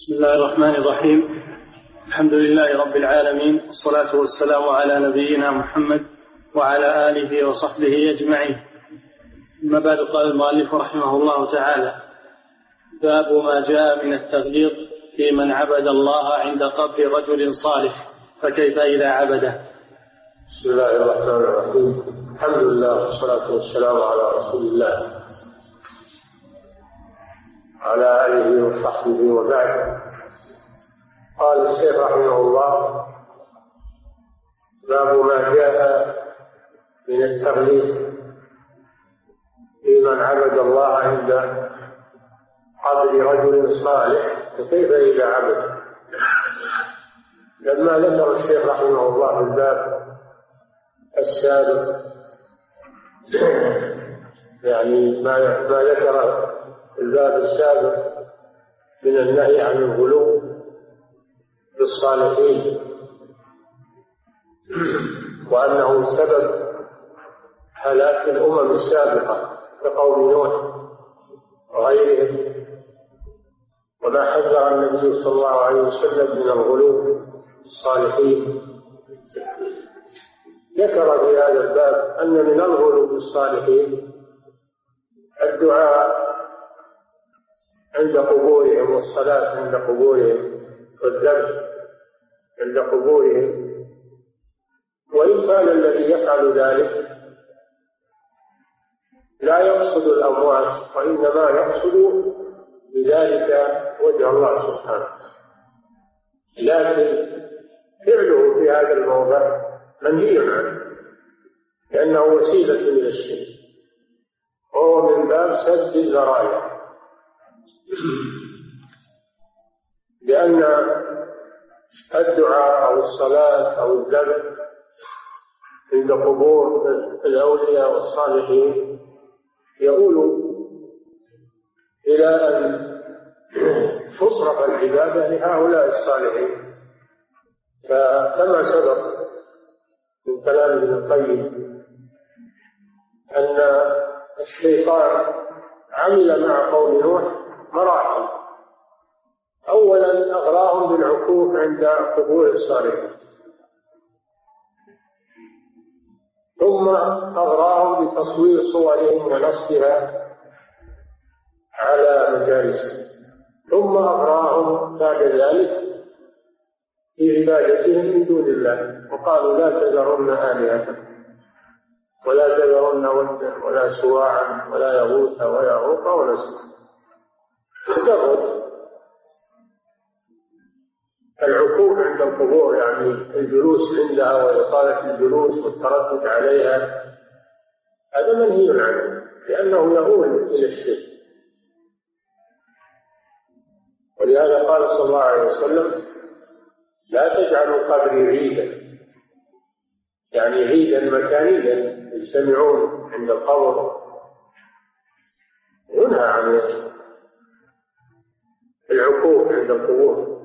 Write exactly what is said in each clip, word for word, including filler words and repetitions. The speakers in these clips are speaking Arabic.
بسم الله الرحمن الرحيم. الحمد لله رب العالمين، والصلاة والسلام على نبينا محمد وعلى آله وصحبه أجمعين. أما بعد، قال المؤلف رحمه الله تعالى: باب ما جاء من التغليظ في من عبد الله عند قبر رجل صالح، فكيف إذا عبده؟ بسم الله الرحمن الرحيم. الحمد لله والصلاة والسلام على رسول الله على آله وصحبه وبعد. قال الشيخ رحمه الله: باب ما جاء من التغليظ في من عبد الله عند قبر رجل صالح، فكيف إذا عبد. لما ذكر الشيخ رحمه الله الباب السابق، يعني ما ما ذكر الباب السابق من النهي عن الغلو بالصالحين، وأنه سبب هلاك الأمم السابقة كقوم نوح وغيرهم، وما حذر النبي صلى الله عليه وسلم من الغلو بالصالحين. ذكر في هذا الباب أن من الغلو بالصالحين الدعاء عند قبورهم، والصلاة عند قبورهم، والذبح عند قبورهم. وإن كان الذي يفعل ذلك لا يقصد الأموات، وإنما يقصد بذلك وجه الله سبحانه، لكن فعله في هذا الموضع منهي عنه، لأنه وسيلة إلى الشرك، وهو من باب سد الذرائع. لأن الدعاء أو الصلاة أو الذبح عند قبور الأولياء والصالحين يؤول إلى أن تصرف العبادة لهؤلاء الصالحين. فكما سبق من كلام ابن القيم أن الشيطان عمل مع قوم نوح مراحل. أولا أغراهم بالعكوف عند قبور الصالحين، ثم أغراهم بتصوير صورهم ونصبها على مجالسهم، ثم أغراهم بعد ذلك في عبادتهم من دون الله، وقالوا: لا تذرن آلهتكم ولا تذرن ودا ولا سواعا ولا يغوث ويعوق ونسرا. تدرج العكوف عند القبور، يعني الجلوس عندها وإطالة الجلوس والتردد عليها، هذا منهي عنه، لأنه يؤول إلى الشرك. ولهذا قال صلى الله عليه وسلم: لا تجعلوا قبري عيدا، يعني عيدا مكانيا يجتمعون عند القبر. ينهى عن العكوف عند القبور،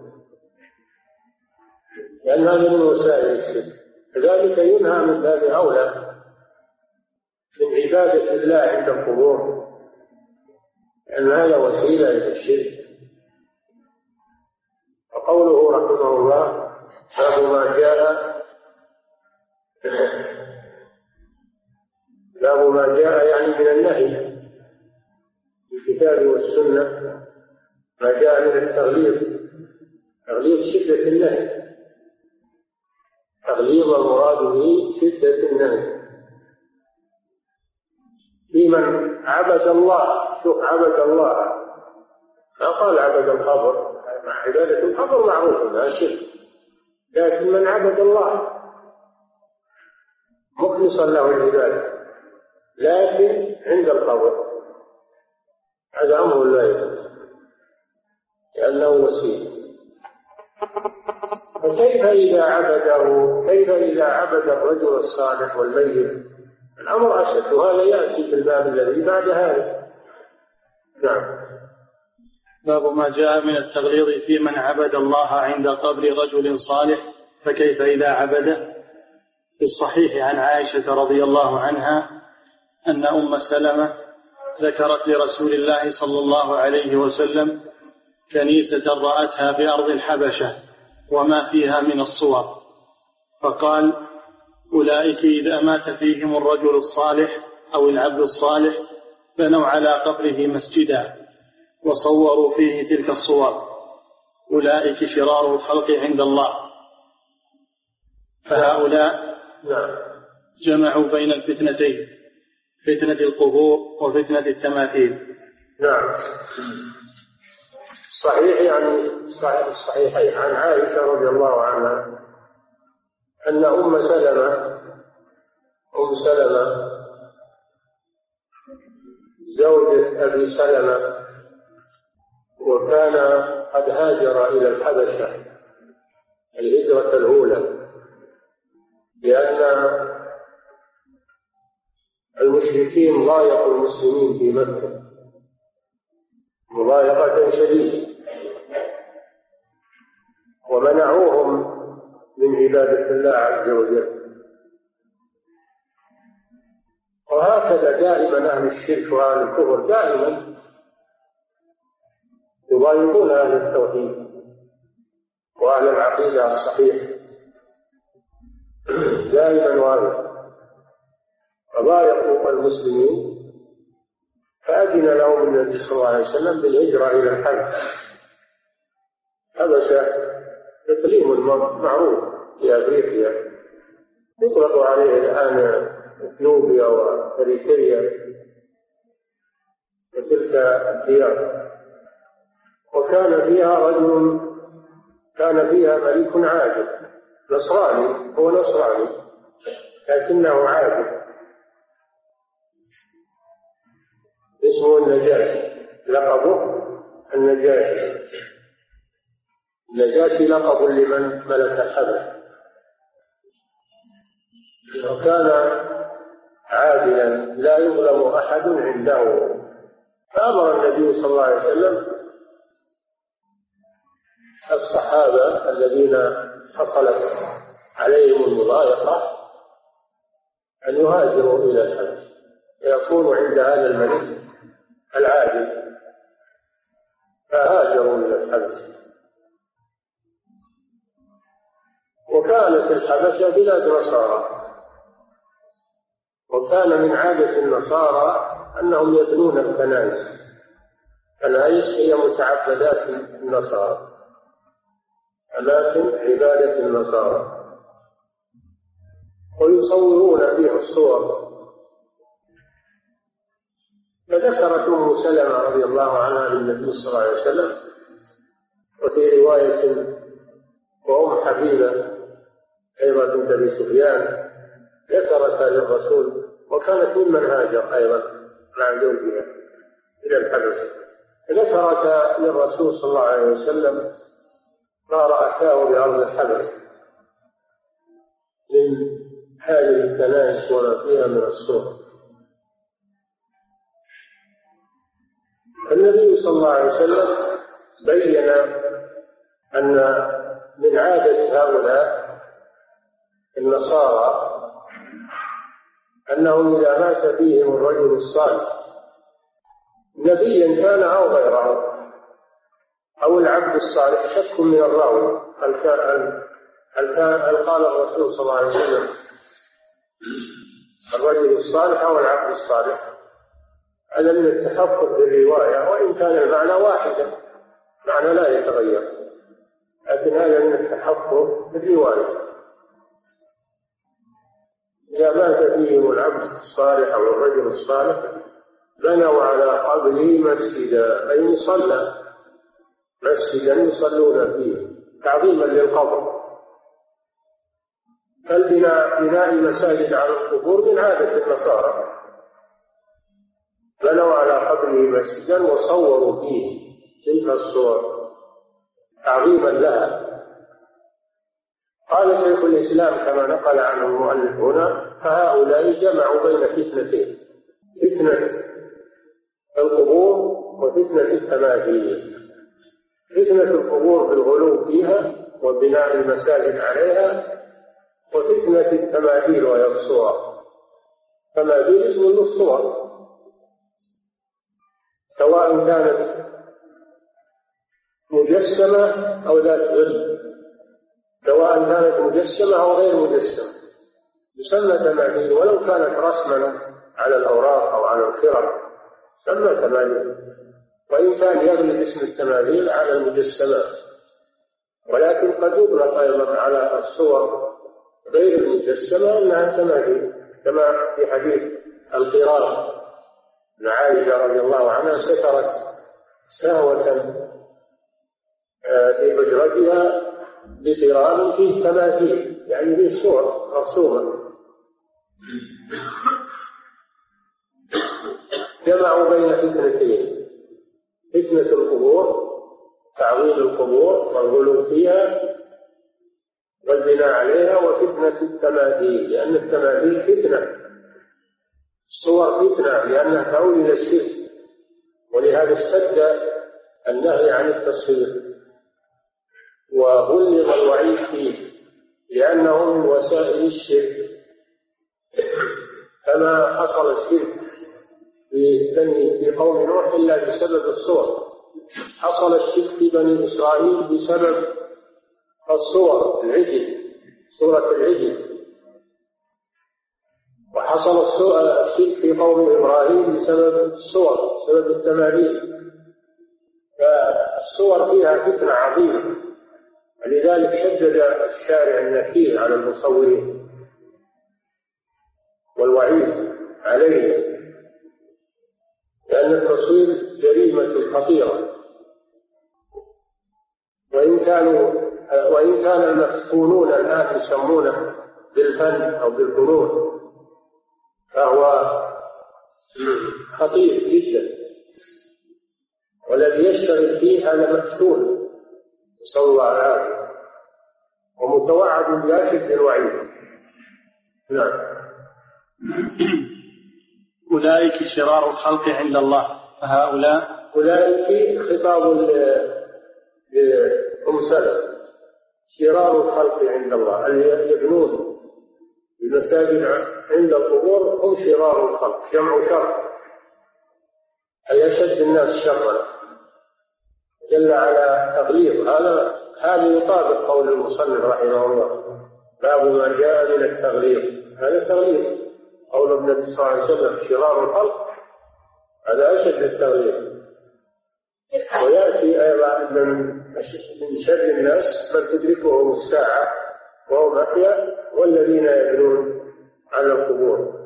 لأن هذا من وسائل الشرك. كذلك ينهى من باب أولى من عبادة الله عند القبور، لأن هذا وسيلة إلى الشرك. وقوله رحمه الله: باب ما جاء باب ما جاء يعني من النهي في الكتاب والسنة، ما جاء من التغليظ، تغليظ شدة النهي، تغليظ المراد به شدة النهي في من عبد الله. شوف، عبد الله، ما قال عبد القبر، مع عبادة القبر معروف لا شرك، لكن من عبد الله مخلصا له العبادة لكن عند القبر، هذا أمر لا يجوز، لأنه وسيلة. فكيف إذا عبده؟ كيف إذا عبد الرجل الصالح والميت؟ الأمر أشد، وهذا يأتي في الباب الذي بعد هذا. نعم. باب ما جاء من التغليظ في من عبد الله عند قبر رجل صالح، فكيف إذا عبده. في الصحيح عن عائشة رضي الله عنها أن أم سلمة ذكرت لرسول الله صلى الله عليه وسلم كنيسة رأتها بأرض الحبشة وما فيها من الصور، فقال: أولئك إذا مات فيهم الرجل الصالح أو العبد الصالح بنوا على قبره مسجدا وصوروا فيه تلك الصور، أولئك شرار الخلق عند الله. فهؤلاء جمعوا بين الفتنتين، فتنة القبور وفتنة التماثيل. نعم. صحيح، يعني صحيح الصحيحين عن عائشة رضي الله عنها أن أم سلمة أم سلمة زوج أبي سلمة وكان قد هاجر إلى الحبشة الهجرة الأولى، لأن المشركين ضايقوا المسلمين في مكة مضايقة شديدة ومنعوهم من عبادة الله عز وجل. وهكذا دائما أهل الشرك وأهل الكفر دائما يضايقون أهل التوحيد وأهل العقيدة الصحيحة دائما وابدا، فضايقوا المسلمين فأذن لهم النبي صلى الله عليه وسلم بالهجرة إلى الحبشة. حبشة إقليم معروف في أفريقيا يطلق عليه الآن إثيوبيا وإريتريا وتلك الديار. وكان فيها رجل كان فيها ملك عادل نصراني، هو نصراني لكنه عادل اسمه النجاشي، لقبه النجاشي. النجاشي لقب لمن ملك الحبشة، وكان عادلا لا يظلم أحد عنده. فأمر النبي صلى الله عليه وسلم الصحابة الذين حصلت عليهم المضايقة أن يهاجروا إلى الحبشة ويكونوا عند هذا الملك العادل، فهاجروا إلى الحبشة. وكانت الحبشة بلاد نصارى، وكان من عادة النصارى أنهم يبنون الكنائس. الكنائس هي متعبدات النصارى، أماكن عبادة النصارى، ويصورون فيها الصور. فذكرت أم سلمة رضي الله عنها للنبي صلى الله عليه وسلم، وفي رواية وأم حبيبة أيضا بنت أبي سفيان ذكرتها للرسول، وكانت ممن هاجر أيضا مع زوجها إلى الحبشة، ذكرتها للرسول صلى الله عليه وسلم ما رأتاه بأرض الحبشة من هذه الكنائس وما فيها من الصور. النبي صلى الله عليه وسلم بين أن من عادة هؤلاء النصارى أنهم إذا مات فيهم الرجل الصالح نبيا كان أو غيره أو العبد الصالح، شك من الراوي هل كان هل قال الرسول صلى الله عليه وسلم الرجل الصالح أو العبد الصالح؟ هذا من التحفظ بالرواية، وإن كان المعنى واحدا، معنى لا يتغير، لكن هذا من التحفظ بالرواية. إذا مات فيهم العبد الصالح أو الرجل الصالح بنوا على قبره مسجدا، أي مصلى، مسجدا يصلون فيه تعظيما للقبر. فالبناء بناء المساجد على القبور من عادة النصارى، بنوا على قبره مسجدا وصوروا فيه تلك الصور تعظيما لها. قال شيخ الإسلام كما نقل عنه المؤلف هنا: فهؤلاء جمعوا بين فتنتين، فتنة القبور وفتنة التماثيل. فتنة القبور بالغلو فيها وبناء المساجد عليها، وفتنة التماثيل وهي الصور. تماثيل اسم الصور، سواء كانت مجسمة أو ذات ظل، سواء كانت مجسمة أو غير مجسمة يسمى تماثيل، ولو كانت رسما على الأوراق أو على الكرم سمى تماثيل، وإن كان يغلب اسم التماثيل على المجسمات، ولكن قد يطلق أيضا على الصور غير المجسمة أنها تماثيل، كما في حديث القرار أن عائشة رضي الله عنها سترت سهوة في حجرتها بقرار فيه تماثيل، يعني فيه صور مرسومة. جمعوا بين فتنتين: فتنة القبور، تعويل القبور والغلو فيها والبناء عليها، وفتنة التماثيل، لأن التماثيل فتنة، الصور فتنة، لأنها تعود إلى الشرك، ولهذا اشتد النهي عن التصوير وغلظ الوعيد فيه، لأنه من وسائل الشرك، كما حصل الشرك في بني في قوم نوح إلا بسبب الصور، حصل الشرك في بني إسرائيل بسبب الصور، العجل، صورة العجل، وحصل الشرك في قوم إبراهيم بسبب الصور، بسبب التماثيل. فالصور فيها فتنة عظيمة، ولذلك شدد الشارع النكير على المصورين والوعيد عليه، لأن التصوير جريمة خطيرة، وإن كانوا وإن كان المفتونون الآن يسمونه بالفن أو بالفنون، فهو خطير جدا، والذي يشتغل فيه هذا مفتون نسأل الله العافية، ومتوعد بأشد الوعيد. نعم. أولئك شرار الخلق عند الله، فهؤلاء أولئك خطاب لأم سلمة، شرار الخلق عند الله، الذين يبنون المساجد عند القبور هم شرار الخلق، جمع شر، أي أشد الناس شرا، دل على تغليظ. هذا هذا يطابق قول المصنف رحمه الله: باب ما جاء من التغليظ، هذا تغليظ. قول النبي صلى الله عليه وسلم شرار الخلق، هذا أشد التغليظ. ويأتي أيضا من شر الناس من تدركهم الساعة وهم أحياء والذين يبنون على القبور،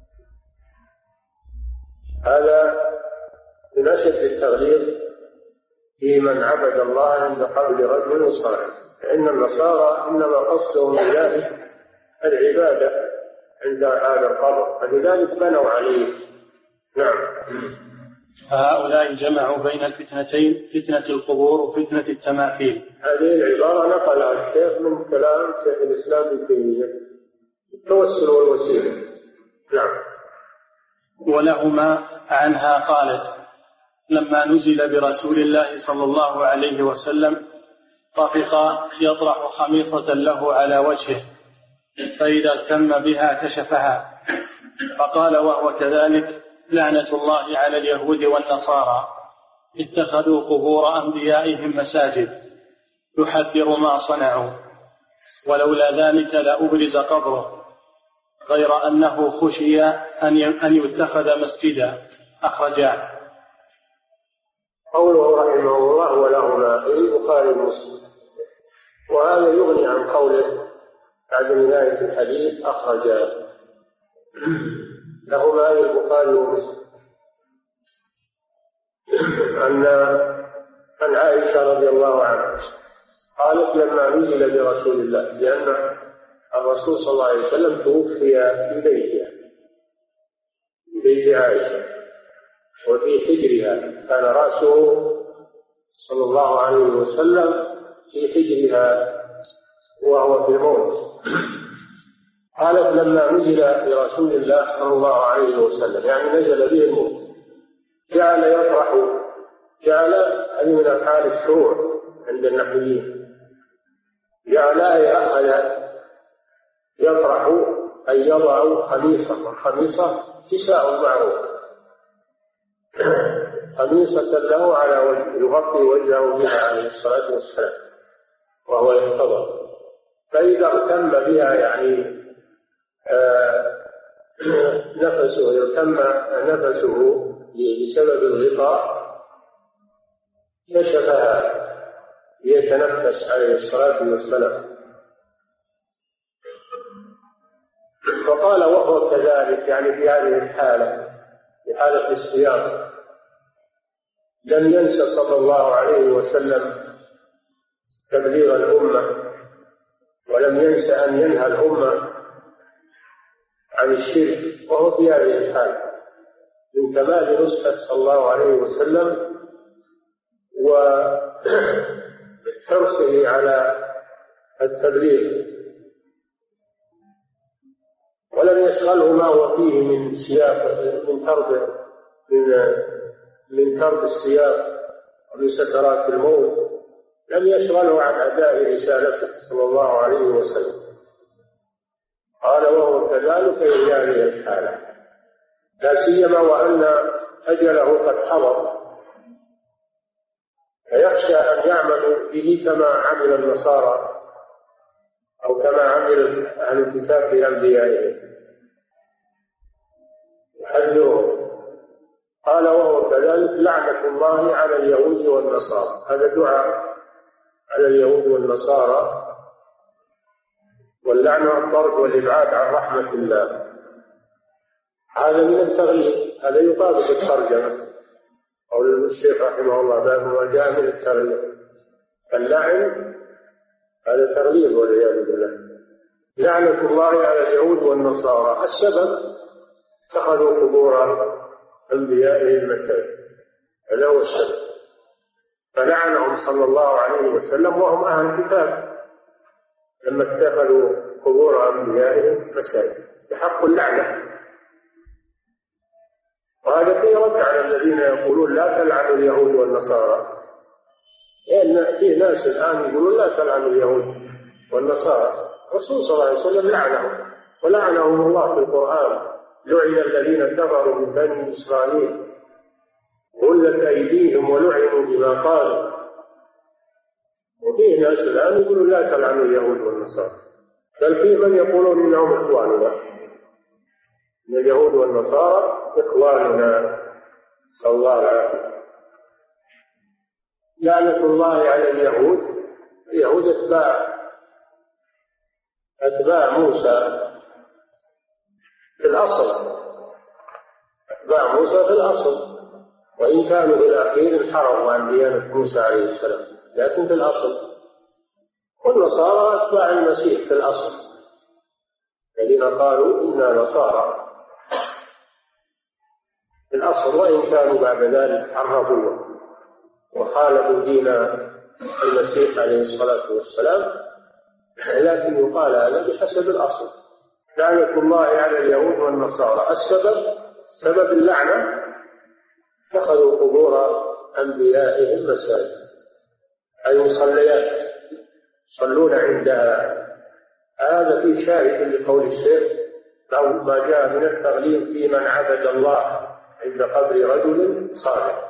هذا من أشد التغليظ في من عبد الله عند قول رجل صالح، فإن النصارى إنما قصدهم الله العبادة عند هذا القبر، فلذلك بنوا عليه. نعم. فهؤلاء جمعوا بين الفتنتين، فتنة القبور وفتنة التماثيل. هذه العبارة نقلها الشيخ من كلام شيخ الإسلام ابن تيمية، التوسل والوسيلة. نعم. ولهما عنها قالت: لما نزل برسول الله صلى الله عليه وسلم طفق يطرح خميصة له على وجهه، فإذا اهتم بها كشفها، فقال وهو كذلك: لعنة الله على اليهود والنصارى، اتخذوا قبور أنبيائهم مساجد، يحذر ما صنعوا، ولولا ذلك لأبرز قبره، غير أنه خشي أن يتخذ مسجدا. أخرجاه. قوله رحمه الله ولهما في البخاري ومسلم، وهذا يغني عن قوله بعد نهاية الحديث أخرجاه، لهما في البخاري ومسلم، أن عن عائشة رضي الله عنها قالت: لما نزل برسول الله، لأن الرسول صلى الله عليه وسلم توفي في بيتها، في بيت عائشة، وفي حجرها، كان رأسه صلى الله عليه وسلم في حجرها وهو في الموت. قالت: لما نزل برسول الله صلى الله عليه وسلم، يعني نزل به الموت، جعل يطرح، جعل أي من أفعال الشروع عند النحويين، جعل أي أخذ يطرح أي يضع خميصة، والخميصة كساء معروف، خميصة له على وجهه يغطي وجهه بها عليه الصلاة والسلام وهو يحتضر، فإذا اغتم بها يعني آه نفسه يغتم نفسه بسبب الغطاء كشفها ليتنفس عليه الصلاة والسلام. وقال وهو كذلك يعني في هذه الحالة، في حالة الصيام، لم ينس صلى الله عليه وسلم تبليغ الأمة، ولم ينس أن ينهى الأمة عن الشرك، وهو في هذه الحالة من كمال نصحه صلى الله عليه وسلم وحرصه على التبليغ، ولم يشغله ما هو فيه من سياق من ترد من من ترد السياق ومن سكرات الموت، لم يشغله عن أداء رسالته صلى الله عليه وسلم. قال وهو كذلك في هذه الحالة، لا سيما وأن أجله قد حضر، فيخشى أن يعمل به كما عمل النصارى أو كما عمل أهل الكتاب بأنبيائهم، يحذرهم. قال وهو كذلك لعنة الله على اليهود والنصارى، هذا دعاء على اليهود والنصارى، واللعنة الطرد والإبعاد عن رحمة الله. هذا من التغليب، هذا يطابق الترجمة قول الشيخ رحمه الله باب ما جاء من التغليب، فاللعن هذا تغليب والعياذ بالله. لعنة الله على اليهود والنصارى، السبب اتخذوا قبور أنبيائهم مساجد، هذا هو السبب، فلعنهم صلى الله عليه وسلم وهم أهل الكتاب لما اتخذوا قبور أنبيائهم مساجد، يحق اللعنة. وهذا فيه رد على الذين يقولون لا تلعنوا اليهود والنصارى، لأن فيه ناس الآن يقولون لا تلعنوا اليهود والنصارى، الرسول صلى الله عليه وسلم لعنهم ولعنهم الله في القرآن، لعن الذين كفروا من بني إسرائيل غلت أيديهم ولعنوا بما قالوا. وفيه ناس الآن يقولون لا تلعنوا اليهود والنصارى، بل فيه من يقولون إنهم إخواننا، إن اليهود والنصارى إخواننا، صلى الله عليه وسلم. لعنة الله على اليهود، اليهود أتباع أتباع موسى في الأصل، أتباع موسى في الأصل، وإن كانوا في الأخير انحرفوا عن ديانة موسى عليه السلام، لكن في الأصل. والنصارى أتباع المسيح في الأصل، الذين قالوا إنا نصارى في الأصل، وإن كانوا بعد ذلك حرفوا وخالفوا دين المسيح عليه الصلاة والسلام، لكن يقال هذا بحسب الأصل. لعنة الله على اليهود والنصارى، السبب سبب اللعنة اتخذوا قبور أنبيائهم مساجد، أي مصليات يصلون عندها. هذا في شاهد لقول الشيخ لو ما جاء من التغليظ في من عبد الله عند قبر رجل صالح،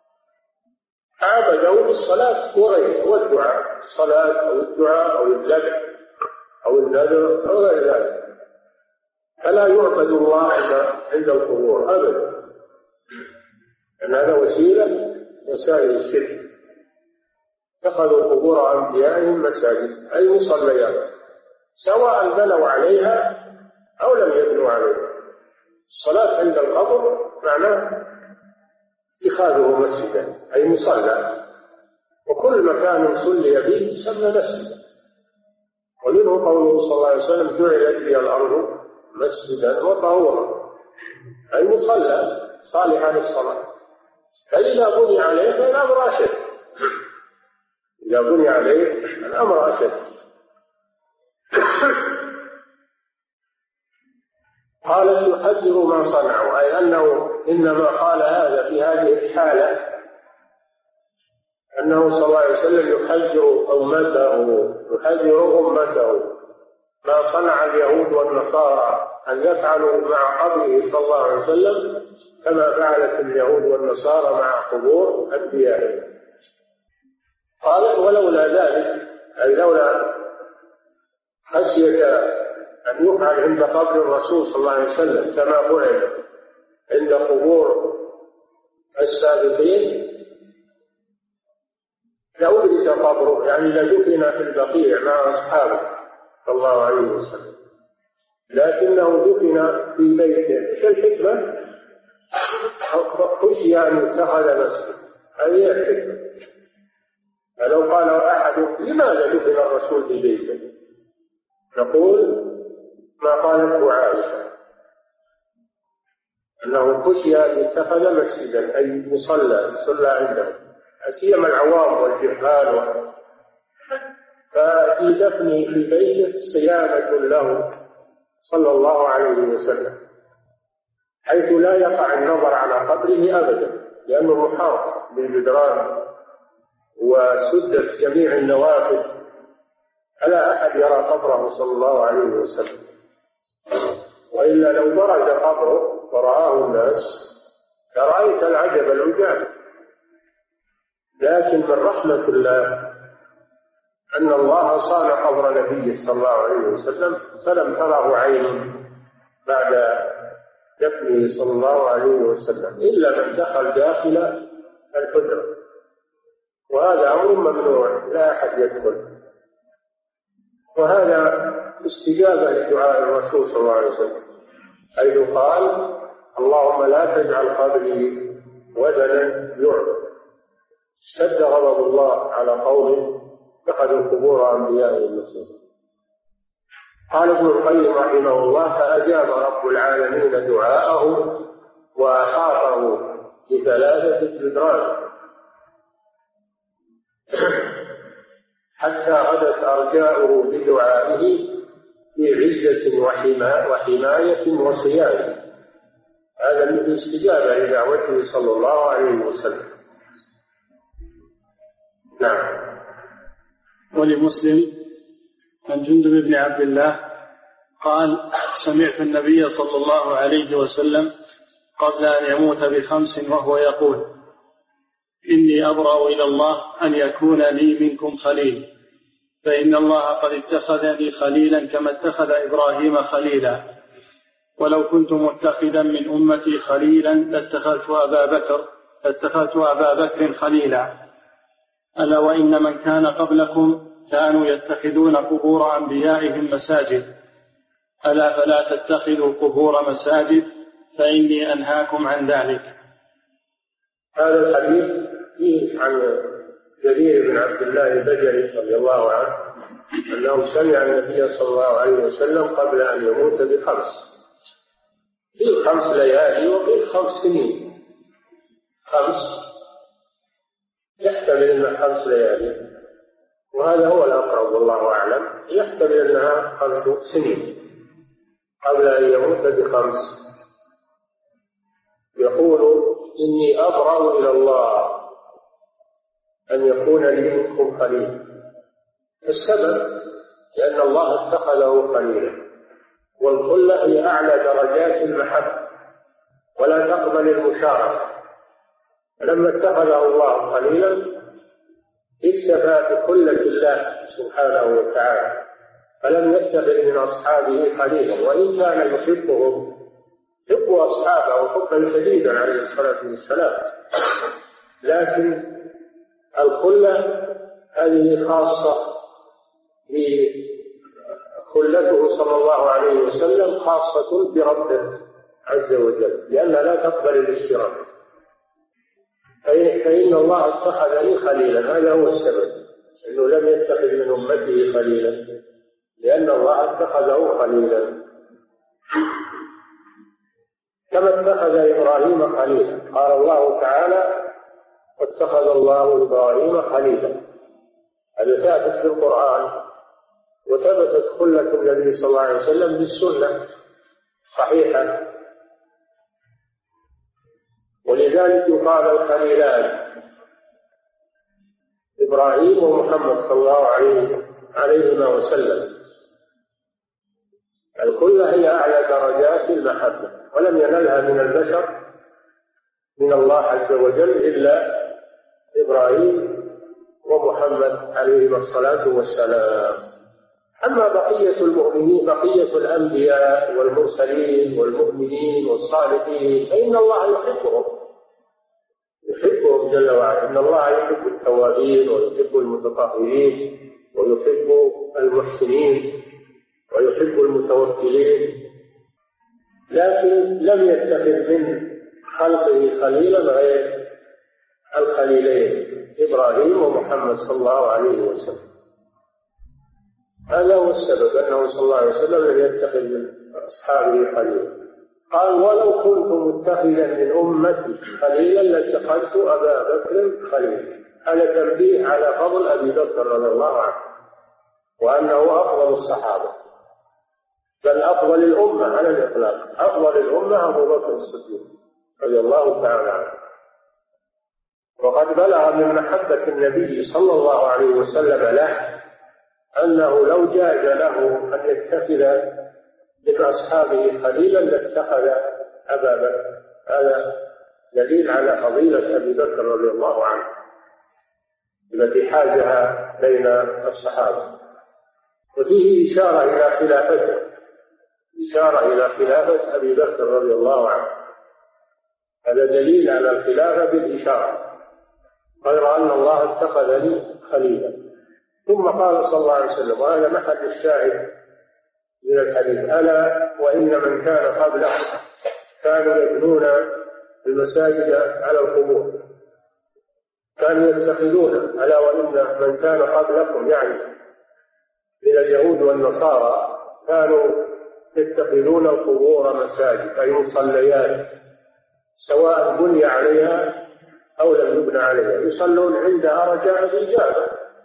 عبدوا بالصلاة وغيره والدعاء، الصلاة أو الدعاء أو الذبح أو النذر أو غير ذلك، فلا يعبد الله عند القبور أبدا، لأن هذا وسيلة وسائل الشرك. اتخذوا قبور أنبيائهم مساجد، أي مصليات، سواء بنوا عليها أو لم يبنوا عليها. الصلاة عند القبر معناه اتخاذه مسجدا، أي مصلى، وكل مكان صلي به يسمى مسجدا. ومنه قوله صلى الله عليه وسلم جعلت لي الأرض مسجدا وطهورا، أي مصلى صالحا للصلاة. فإذا بني عليه فالأمر أشد، إذا بني عليه الأمر أشد. قال يحذر ما صنعوا، أي أنه إنما قال هذا في هذه الحالة أنه صلى الله عليه وسلم يحذر أمته، يحذر أمته ما صنع اليهود والنصارى أن يفعلوا مع قبره صلى الله عليه وسلم كما فعلت اليهود والنصارى مع قبور أنبيائهم. قال ولولا ذلك، أي لولا خشية أن يفعل عند قبر الرسول صلى الله عليه وسلم كما فعل عند قبور السابقين لأبرز قبره، يعني لدفن في البقيع مع أصحابه صلى الله عليه وسلم، لكنه دفن في بيته. ايش الحكمة؟ خشي أن يتخذ مسجد، هذه الحكمة. فلو قال أحد لماذا دفن الرسول في بيته، نقول ما قالته عائشة، أنه خشي أن يتخذ مسجدا أي مصلى يصلى عنده، سيما العوام والجهال. ففي دفنه في بيته صيانة له صلى الله عليه وسلم، حيث لا يقع النظر على قبره أبدا، لأنه محاط بالجدران وسدت جميع النوافذ، فلا أحد يرى قبره صلى الله عليه وسلم. وإلا لو برز قبره ورآه الناس لرأيت العجب العجاب. لكن من رحمة الله أن الله صان قبر نبيه صلى الله عليه وسلم فلم تره عين بعد دفنه صلى الله عليه وسلم إلا من دخل داخل الحجرة، وهذا أمر ممنوع، لا أحد يدخل. وهذا استجابة لدعاء الرسول صلى الله عليه وسلم، حيث قال اللهم لا تجعل قبري وثنا يعبد. اشتد غضب الله على قوم اتخذوا قبور أنبيائهم مسجدا. قال ابن القيم رحمه الله فأجاب رب العالمين دعاءه وأحاطه بثلاثة جدران حتى غدت أرجاؤه بدعائه في عزة وحماية وصيانة. هذا من استجابة لدعوته صلى الله عليه وسلم. نعم. ولمسلم عن جندب بن عبد الله قال سمعت النبي صلى الله عليه وسلم قبل أن يموت بخمس وهو يقول إني أبرأ إلى الله أن يكون لي منكم خليل، فإن الله قد اتخذني خليلا كما اتخذ إبراهيم خليلا، ولو كنت متخذا من أمتي خليلا لاتخذت أبا بكر لاتخذت أبا بكر خليلا. ألا وإن من كان قبلكم كانوا يتخذون قبور أنبيائهم مساجد، ألا فلا تتخذوا قبور مساجد فإني أنهاكم عن ذلك. هذا الحديث فيه عن جرير بن عبد الله البجلي رضي الله عنه أنه سمع النبي صلى الله عليه وسلم قبل أن يموت بخمس، في خمس ليالي وفي خمس سنين، خمس يحتمل أنها خمس ليالي، وهذا هو الأقرب والله أعلم، يحتمل أنها خمس سنين قبل أن يموت بخمس. يقول إني أبرأ إلى الله أن يكون لي منكم خليل. السبب لأن الله اتخذه خليلا، والخلة هي أعلى درجات المحبة ولا تقبل المشاركة. لما اتخذه الله خليلا اكتفى بخلة الله سبحانه وتعالى، فلم يتخذ من أصحابه خليلا، وإن كان يحبهم يحب أصحابه حبا شديدا عليه الصلاة والسلام، لكن الخلة هذه خاصة بخلته صلى الله عليه وسلم، خاصة بربه عز وجل، لأنها لا تقبل الاشتراك. فإن الله اتخذني خليلا، هذا هو السبب، أنه لم يتخذ من أمته خليلا، لأن الله اتخذه خليلا كما اتخذ إبراهيم خليلا. قال الله تعالى واتخذ الله إبراهيم خليلا، هذا ثابت في القرآن، وثبتت خلة النبي صلى الله عليه وسلم بالسنة صحيحة، ولذلك يقال الخليلان إبراهيم ومحمد صلى الله عليه عليهما وسلم. كلها هي أعلى درجات المحبة، ولم ينلها من البشر من الله عز وجل إلا إبراهيم ومحمد عليهما الصلاة والسلام. أما بقية المؤمنين بقية الأنبياء والمرسلين والمؤمنين والصالحين فإن الله يحبهم يحبهم جل وعلا. إن الله يحب التوابين ويحب المتطهرين ويحب المحسنين ويحب المتوكلين، لكن لم يتخذ من خلقه خليلا غير الخليلين إبراهيم ومحمد صلى الله عليه وسلم. هذا هو السبب أنه صلى الله عليه وسلم لم يتخذ من أصحابه خليلا. قال ولو كنت متخذا من أمتي خليلا لاتخذت أبا بكر خليلا. هذا تنبيه على فضل أبي بكر رضي الله عنه وأنه أفضل الصحابة، بل أفضل الأمة على الإطلاق. أفضل الأمة أبو بكر الصديق رضي الله تعالى عنه. وقد بلغ من محبة النبي صلى الله عليه وسلم له أنه لو جاز له أن يتخذ من أصحابه خليلا لاتخذ أبا بكر. هذا دليل على فضيلة أبي بكر رضي الله عنه التي حاجها بين الصحابة. وفيه إشارة إلى خلافته، إشارة إلى خلافة أبي بكر رضي الله عنه. هذا دليل على الخلافة بالإشارة، غير أن الله اتخذني خليلا. ثم قال صلى الله عليه وسلم، وهذا محل الشاهد من الحديث: ألا وإن من كان قبلكم كانوا يبنون المساجد على القبور، كانوا يتخذون، ألا وإن من كان قبلكم يعني من اليهود والنصارى كانوا يتخذون القبور مساجد أي مصليات، سواء بني عليها أو لم يبنى عليها، يصلون عندها رجاء الإجابة،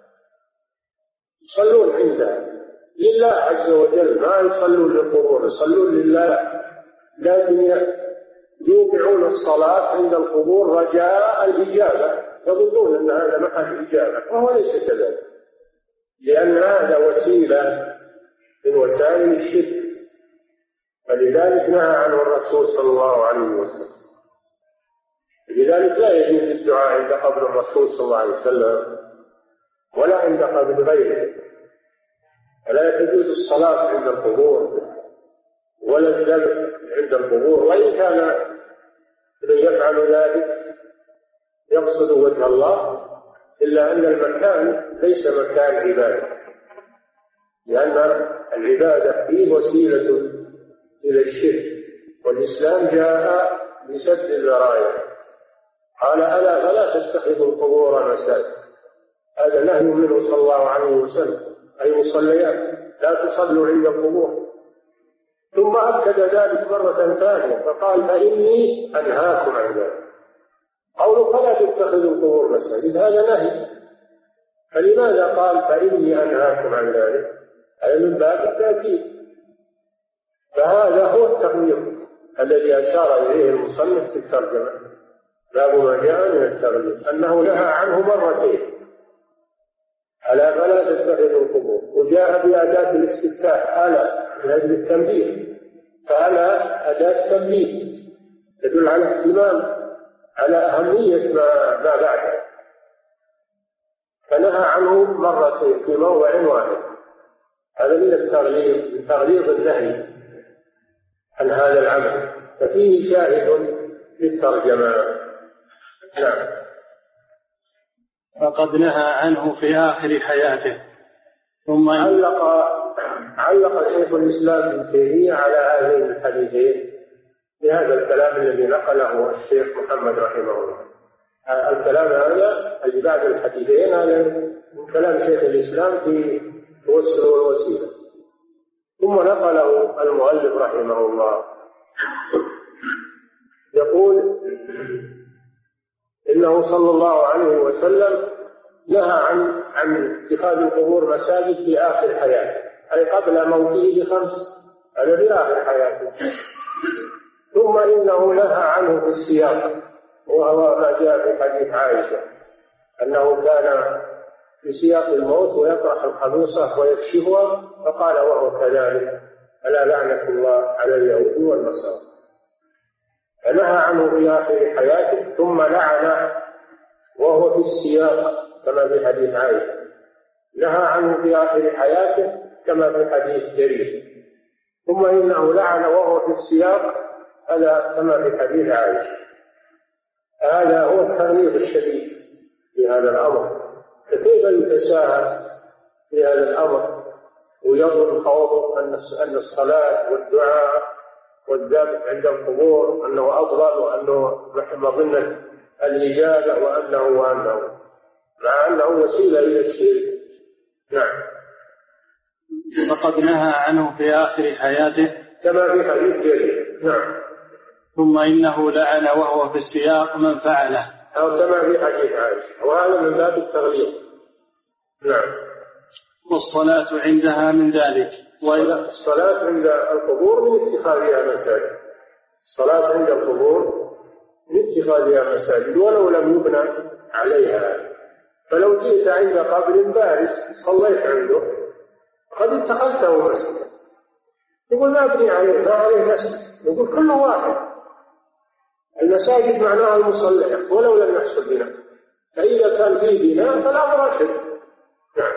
يصلون عندها لله عز وجل، ما يصلون للقبور، يصلون لله، لكن يوقعون الصلاة عند القبور رجاء الإجابة، يظنون أن هذا محل إجابة، وهو ليس كذلك، لأن هذا وسيلة من وسائل الشرك، فلذلك نهى عنه الرسول صلى الله عليه وسلم. لذلك لا يجوز الدعاء عند قبر الرسول صلى الله عليه وسلم ولا عند قبر غيره، ولا يجوز الصلاة عند القبور ولا الذبح عند القبور. وإن كان من يفعل ذلك يقصد وجه الله، إلا أن المكان ليس مكان عبادة، لأن العبادة فيه وسيلة إلى الشرك، والإسلام جاء بسد الذرائع. قال: ألا فلا تتخذوا القبور مساجد. هذا نهي منه صلى الله عليه وسلم، أي مصليات، لا تصلوا عند القبور. ثم أكد ذلك مرة ثانية فقال: فإني أنهاكم عن ذلك. قوله فلا تتخذوا القبور مساجد هذا نهي، فلماذا قال فإني أنهاكم عن ذلك؟ هذا من باب التأكيد. فهذا هو التغليظ الذي أشار إليه المصنف في الترجمة، باب ما جاء من التغليظ، أنه نهى عنه مرتين: ألا فلا تتخذوا القبور، وجاء بأداة الاستفتاح ألا من أجل التنبيه، فألا أداة تنبيه تدل على اهتمام، على أهمية ما, ما بعده، فنهى عنه مرتين في موضع واحد. هذا من التغليظ، من تغليظ النهي عن هذا العمل، ففيه شاهد للترجمة. نعم. فقد نهى عنه في آخر حياته. ثم علق علق شيخ الإسلام ابن تيمية على هذين الحديثين بهذا الكلام الذي نقله الشيخ محمد رحمه الله. الكلام هذا اللي بعد الحديثين هذا من كلام شيخ الإسلام في الوسر والوسيلة، ثم نقله المؤلف رحمه الله. يقول إنه صلى الله عليه وسلم نهى عن عن اتخاذ القبور مساجد في آخر حياته، أي قبل موته بخمس، هذا في آخر حياته. ثم إنه نهى عنه في السياق، وهو ما جاء في حديث عائشة أنه كان في سياق الموت ويطرح الخميصة ويكشفها، فقال وهو كذلك ألا لعنة الله على اليهود والنصارى. فنهى عنه في آخر حياته، ثم لعن وهو في السياق كما في حديث عائشة، نهى عنه في آخر حياته كما في حديث جرير، ثم إنه لعن وهو في السياق هذا كما في حديث عائشة. هذا هو التغليظ الشديد في هذا الأمر. فكيف يتساهل في هذا الأمر ويظن خوفه أن الصلاة والدعاء والذبح عند القبور أنه أفضل وأنه مظنة الإجابة وأنه وأنه مع أنه وسيلة إلى الشرك. نعم. فقد نهى عنه في آخر حياته كما في حديث جرير. نعم. ثم إنه لعن وهو في السياق من فعله، أو كما في حديث عائشة، وهذا من باب التغليظ. نعم. والصلاة عندها من ذلك. والصلاة عند القبور من اتخاذها مساجد. الصلاة عند القبور من اتخاذها مساجد ولو لم يبنى عليها. فلو جئت عند قبر بارز صليت عنده قد اتخذته مسجد، يقول ما أبني عليه، ما عليه مسجد، يقول كل واحد. المساجد معناها المصليات ولو لم يحصل بناء، فإذا كان فيه بناء فالأمر أشد. نعم.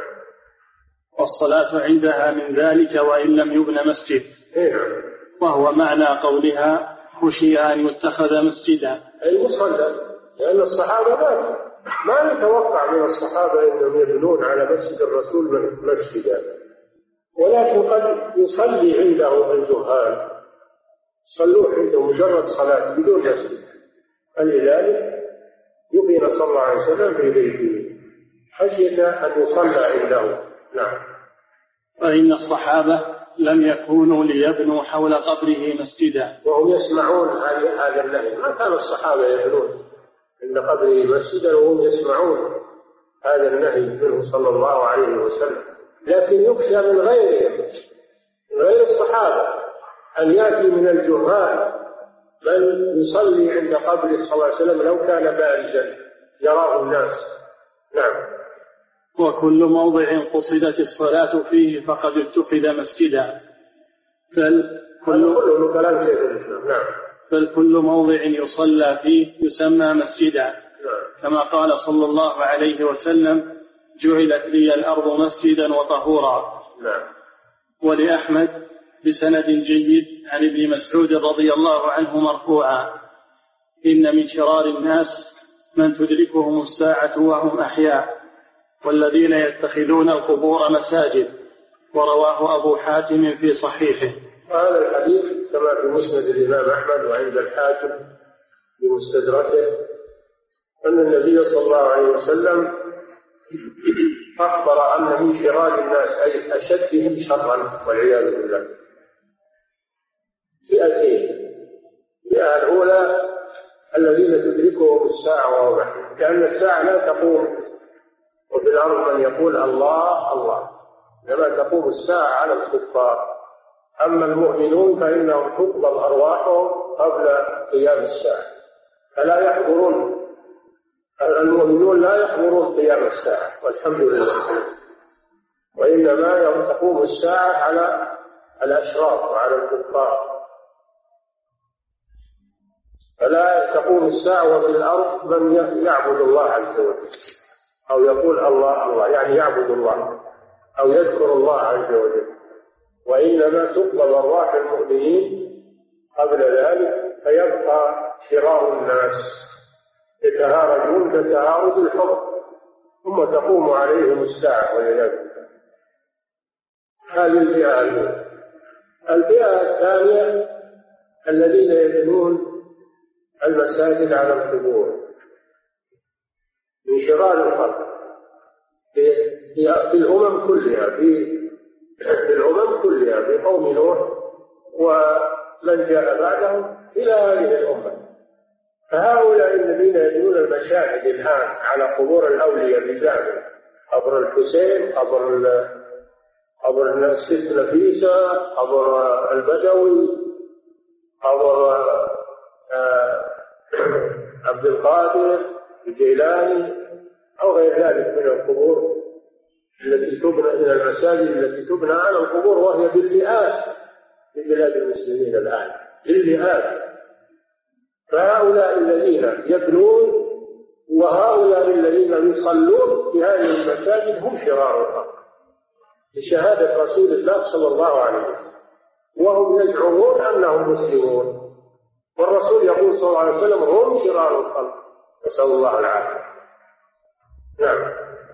والصلاة عندها من ذلك وإن لم يبن مسجد. نعم. وهو معنى قولها خشي أن يتخذ مسجدا، أي مصلى، لأن الصحابة ما ما نتوقع من الصحابة أنهم يبنون على مسجد الرسول مسجدا، ولكن قد يصلي عنده الجهال، صلوا عنده مجرد صلاة بدون مسجد، فلذلك يبين صلى الله عليه وسلم في بيته خشية أن يصلى عنده. نعم. فإن الصحابة لم يكونوا ليبنوا حول قبره مسجدا وهم يسمعون هذا النهي. ما كان الصحابة يبنون عند قبره مسجدا وهم يسمعون هذا النهي منه صلى الله عليه وسلم، لكن يخشى من غيرهم من غير الصحابة أن يأتي من الجهال بل يصلي عند قبره صلى الله عليه وسلم لو كان بارزا يراه الناس. نعم. وكل موضع قصدت الصلاة فيه فقد اتخذ مسجدا، بل كل كله كلام شيخ الإسلام. نعم. بل كل موضع يصلى فيه يسمى مسجدا. نعم. كما قال صلى الله عليه وسلم جعلت لي الأرض مسجدا وطهورا. نعم. ولأحمد بسند جيد عن ابن مسعود رضي الله عنه مرفوعا إن من شرار الناس من تدركهم الساعة وهم أحياء والذين يتخذون القبور مساجد. ورواه أبو حاتم في صحيحه. هذا الحديث كما في مسند الإمام أحمد وعند الحاكم بمستدركه أن النبي صلى الله عليه وسلم أخبر أن من شرار الناس أي أشدهم شرا والعياذ بالله فئتين. الفئة الأولى الذين تدركهم الساعة وهم أحياء، كأن الساعة لا تقوم وفي الأرض من يقول الله الله، لما تقوم الساعة على الكفار. أما المؤمنون فإنهم تقبض أرواحهم قبل قيام الساعة، فلا يحضرون. المؤمنون لا يحضرون قيام الساعة والحمد لله، وإنما تقوم الساعة على الأشرار وعلى الكفار. فلا تقوم الساعة وفي الأرض من يعبد الله عز وجل أو يقول الله الله، يعني يعبد الله أو يذكر الله عز وجل، وإنما تقبض أرواح المؤمنين قبل ذلك، فيبقى شرار الناس يتهارجون كتهارج الحمر ثم تقوم عليهم الساعة والعياذ بالله. هذه الفئة الأولى. الفئة الثانية الذين يبنون المساجد على القبور من شرار الخلق في, في الأمم كلها، في في الأمم كلها، في قوم نوح ومن جاء بعدهم إلى هذه الأمة. فهؤلاء الذين يبنون المشاهد الآن على قبور الأولياء بزعم قبر الحسين، قبر قبر الست نفيسة، قبر البدوي، قبر عبد القادر الجيلاني أو غير ذلك من القبور التي تبنى، من المساجد التي تبنى على القبور وهي بالمئات في بلاد المسلمين الآن للمئات. فهؤلاء الذين يبنون وهؤلاء الذين يصلون في هذه المساجد هم شرار الخلق بشهادة رسول الله صلى الله عليه وسلم، وهم يزعمون أنهم مسلمون، والرسول يقول صلى الله عليه وسلم هم شرار الخلق، نسأل الله العافية. نعم.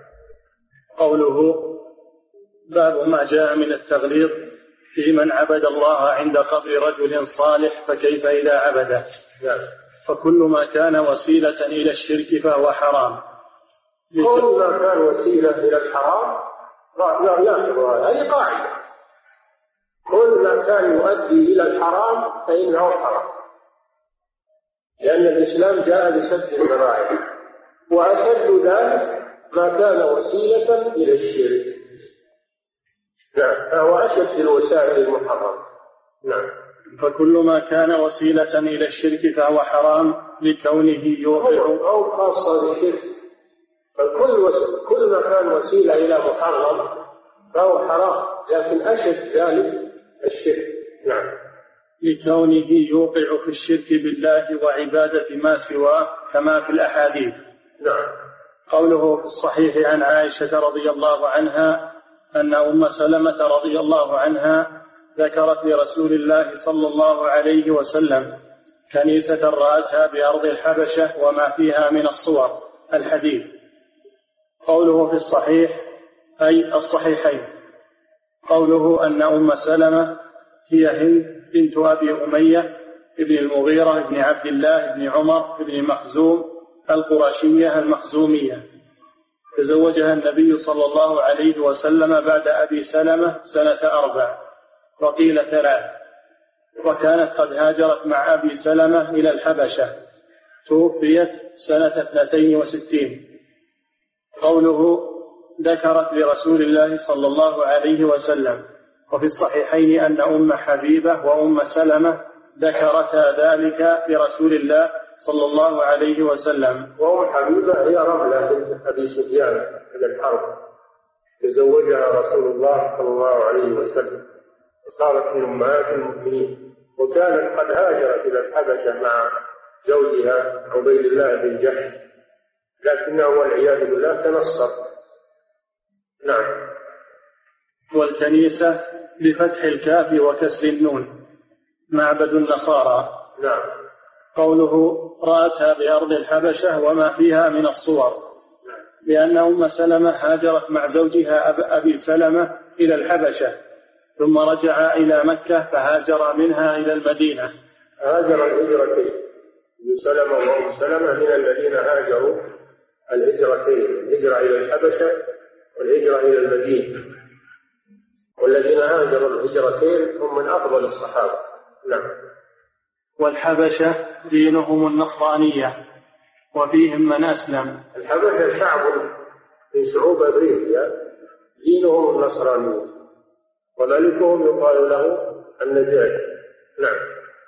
قوله باب ما جاء من التغليظ في من عبد الله عند قبر رجل صالح فكيف إذا عبده. نعم. فكل ما كان وسيلة إلى الشرك فهو حرام. كل ما كان وسيلة إلى الحرام لا يأخذ هذه قاعدة، كل ما كان يؤدي إلى الحرام فإنه حرام، لأن الإسلام جاء لسد الذرائع، وأشد ذلك ما كان وسيلة إلى الشرك. نعم، فهو أشد الوسائل المحرمة. نعم. فكل ما كان وسيلة إلى الشرك فهو حرام لكونه يوقع أو خاصة بالشرك، فكل وس... كل ما كان وسيلة إلى محرم فهو حرام، لكن أشد ذلك الشرك. نعم. لكونه يوقع في الشرك بالله وعبادة ما سواه كما في الأحاديث. نعم. قوله في الصحيح عن عائشة رضي الله عنها أن أم سلمة رضي الله عنها ذكرت لرسول الله صلى الله عليه وسلم كنيسة رأتها بأرض الحبشة وما فيها من الصور. الحديث. قوله في الصحيح أي الصحيحين. قوله أن أم سلمة هي هند بنت أبي أمية ابن المغيرة ابن عبد الله ابن عمر ابن مخزوم القرشية المخزومية، تزوجها النبي صلى الله عليه وسلم بعد أبي سلمة سنة أربع وقيل ثلاث، وكانت قد هاجرت مع أبي سلمة إلى الحبشة، توفيت سنة اثنتين وستين. قوله ذكرت لرسول الله صلى الله عليه وسلم. وفي الصحيحين أن أم حبيبة وأم سلمة ذكرتا ذلك لرسول الله صلى الله عليه وسلم. وأم حبيبة هي رملة بنت أبي سفيان إلى الحرب، تزوجها رسول الله صلى الله عليه وسلم وصارت من أمهات المؤمنين، وكانت قد هاجرت إلى الحبشة مع زوجها عبيد الله بن جحش، لكنه والعياذ بالله تنصر. نعم. والكنيسة بفتح الكاف وكسر النون معبد النصارى. نعم. قوله رأتها بأرض الحبشة وما فيها من الصور، لأن أم سلمة هاجرت مع زوجها أب أبي سلمة إلى الحبشة ثم رجع إلى مكة فهاجر منها إلى المدينة. هاجر الهجرتين، أبي سلمة وأم سلمة من الذين هاجروا الهجرتين، الهجرة إلى الحبشة والهجرة إلى المدينة، والذين هاجروا الهجرتين هم من أفضل الصحابة. نعم. والحبشة دينهم النصرانية وفيهم من أسلم. الحبشة شعب من شعوب أفريقيا دينهم النصرانية، وملكهم يقال له النجاشي. نعم.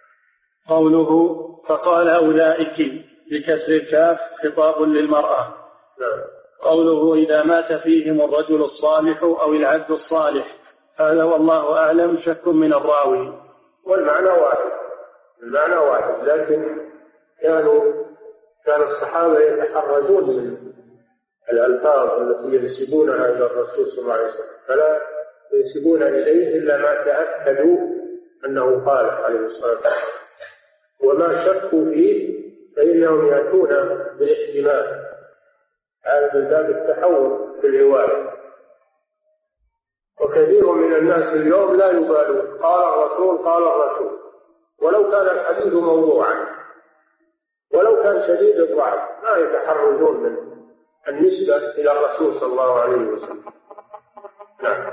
قوله فقال أولئك بكسر الكاف خطاب للمرأة. نعم. قوله إذا مات فيهم الرجل الصالح أو العبد الصالح، هذا والله أعلم شك من الراوي، والمعنى واحد، المعنى واحد، لكن كانوا كان الصحابة يتحرجون من الألفاظ التي ينسبونها إلى الرسول صلى الله عليه وسلم، فلا ينسبون إليه إلا ما تأكدوا أنه قال عليه الصلاة والسلام، وما شكوا فيه فإنهم يأتون بالاحتمال، هذا من باب التحول في الرواية. وكثير من الناس اليوم لا يبالون، قال الرسول قال الرسول، ولو كان الحديث موضوعا ولو كان شديد الضعف ما يتحرجون من النسبة إلى الرسول صلى الله عليه وسلم. نعم.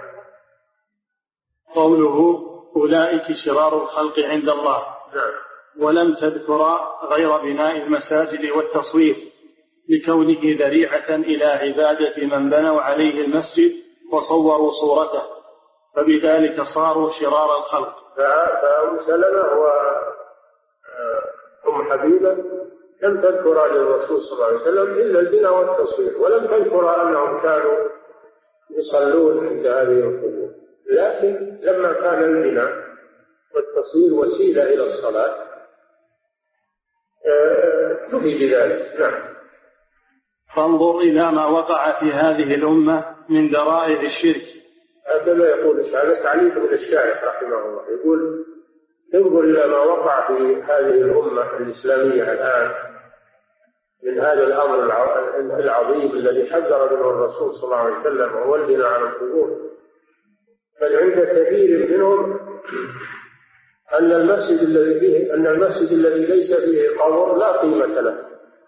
قوله أولئك شرار الخلق عند الله. نعم. ولم تذكر غير بناء المساجد والتصوير لكونه ذريعة إلى عبادة من بنوا عليه المسجد وصوروا صورته، فبذلك صاروا شرار الخلق. فأم سلمة وأم حبيبة لم تذكر للرسول صلى الله عليه وسلم إلا البناء والتصوير، ولم تذكر أنهم كانوا يصلون عند هذه القبور، لكن لما كان البناء والتصوير وسيلة إلى الصلاة تفي بذلك. نعم. فانظر إلى ما وقع في هذه الأمة من ذرائع الشرك. هكذا يقول هذا تعليق من الشارح رحمه الله، يقول انظر إلى ما وقع في هذه الأمة الإسلامية الآن من هذا الأمر العظيم الذي حذر منه الرسول صلى الله عليه وسلم، وهو البناء على القبور. بل عند كثير منهم أن المسجد الذي فيه أن المسجد الذي ليس فيه قبر لا قيمة له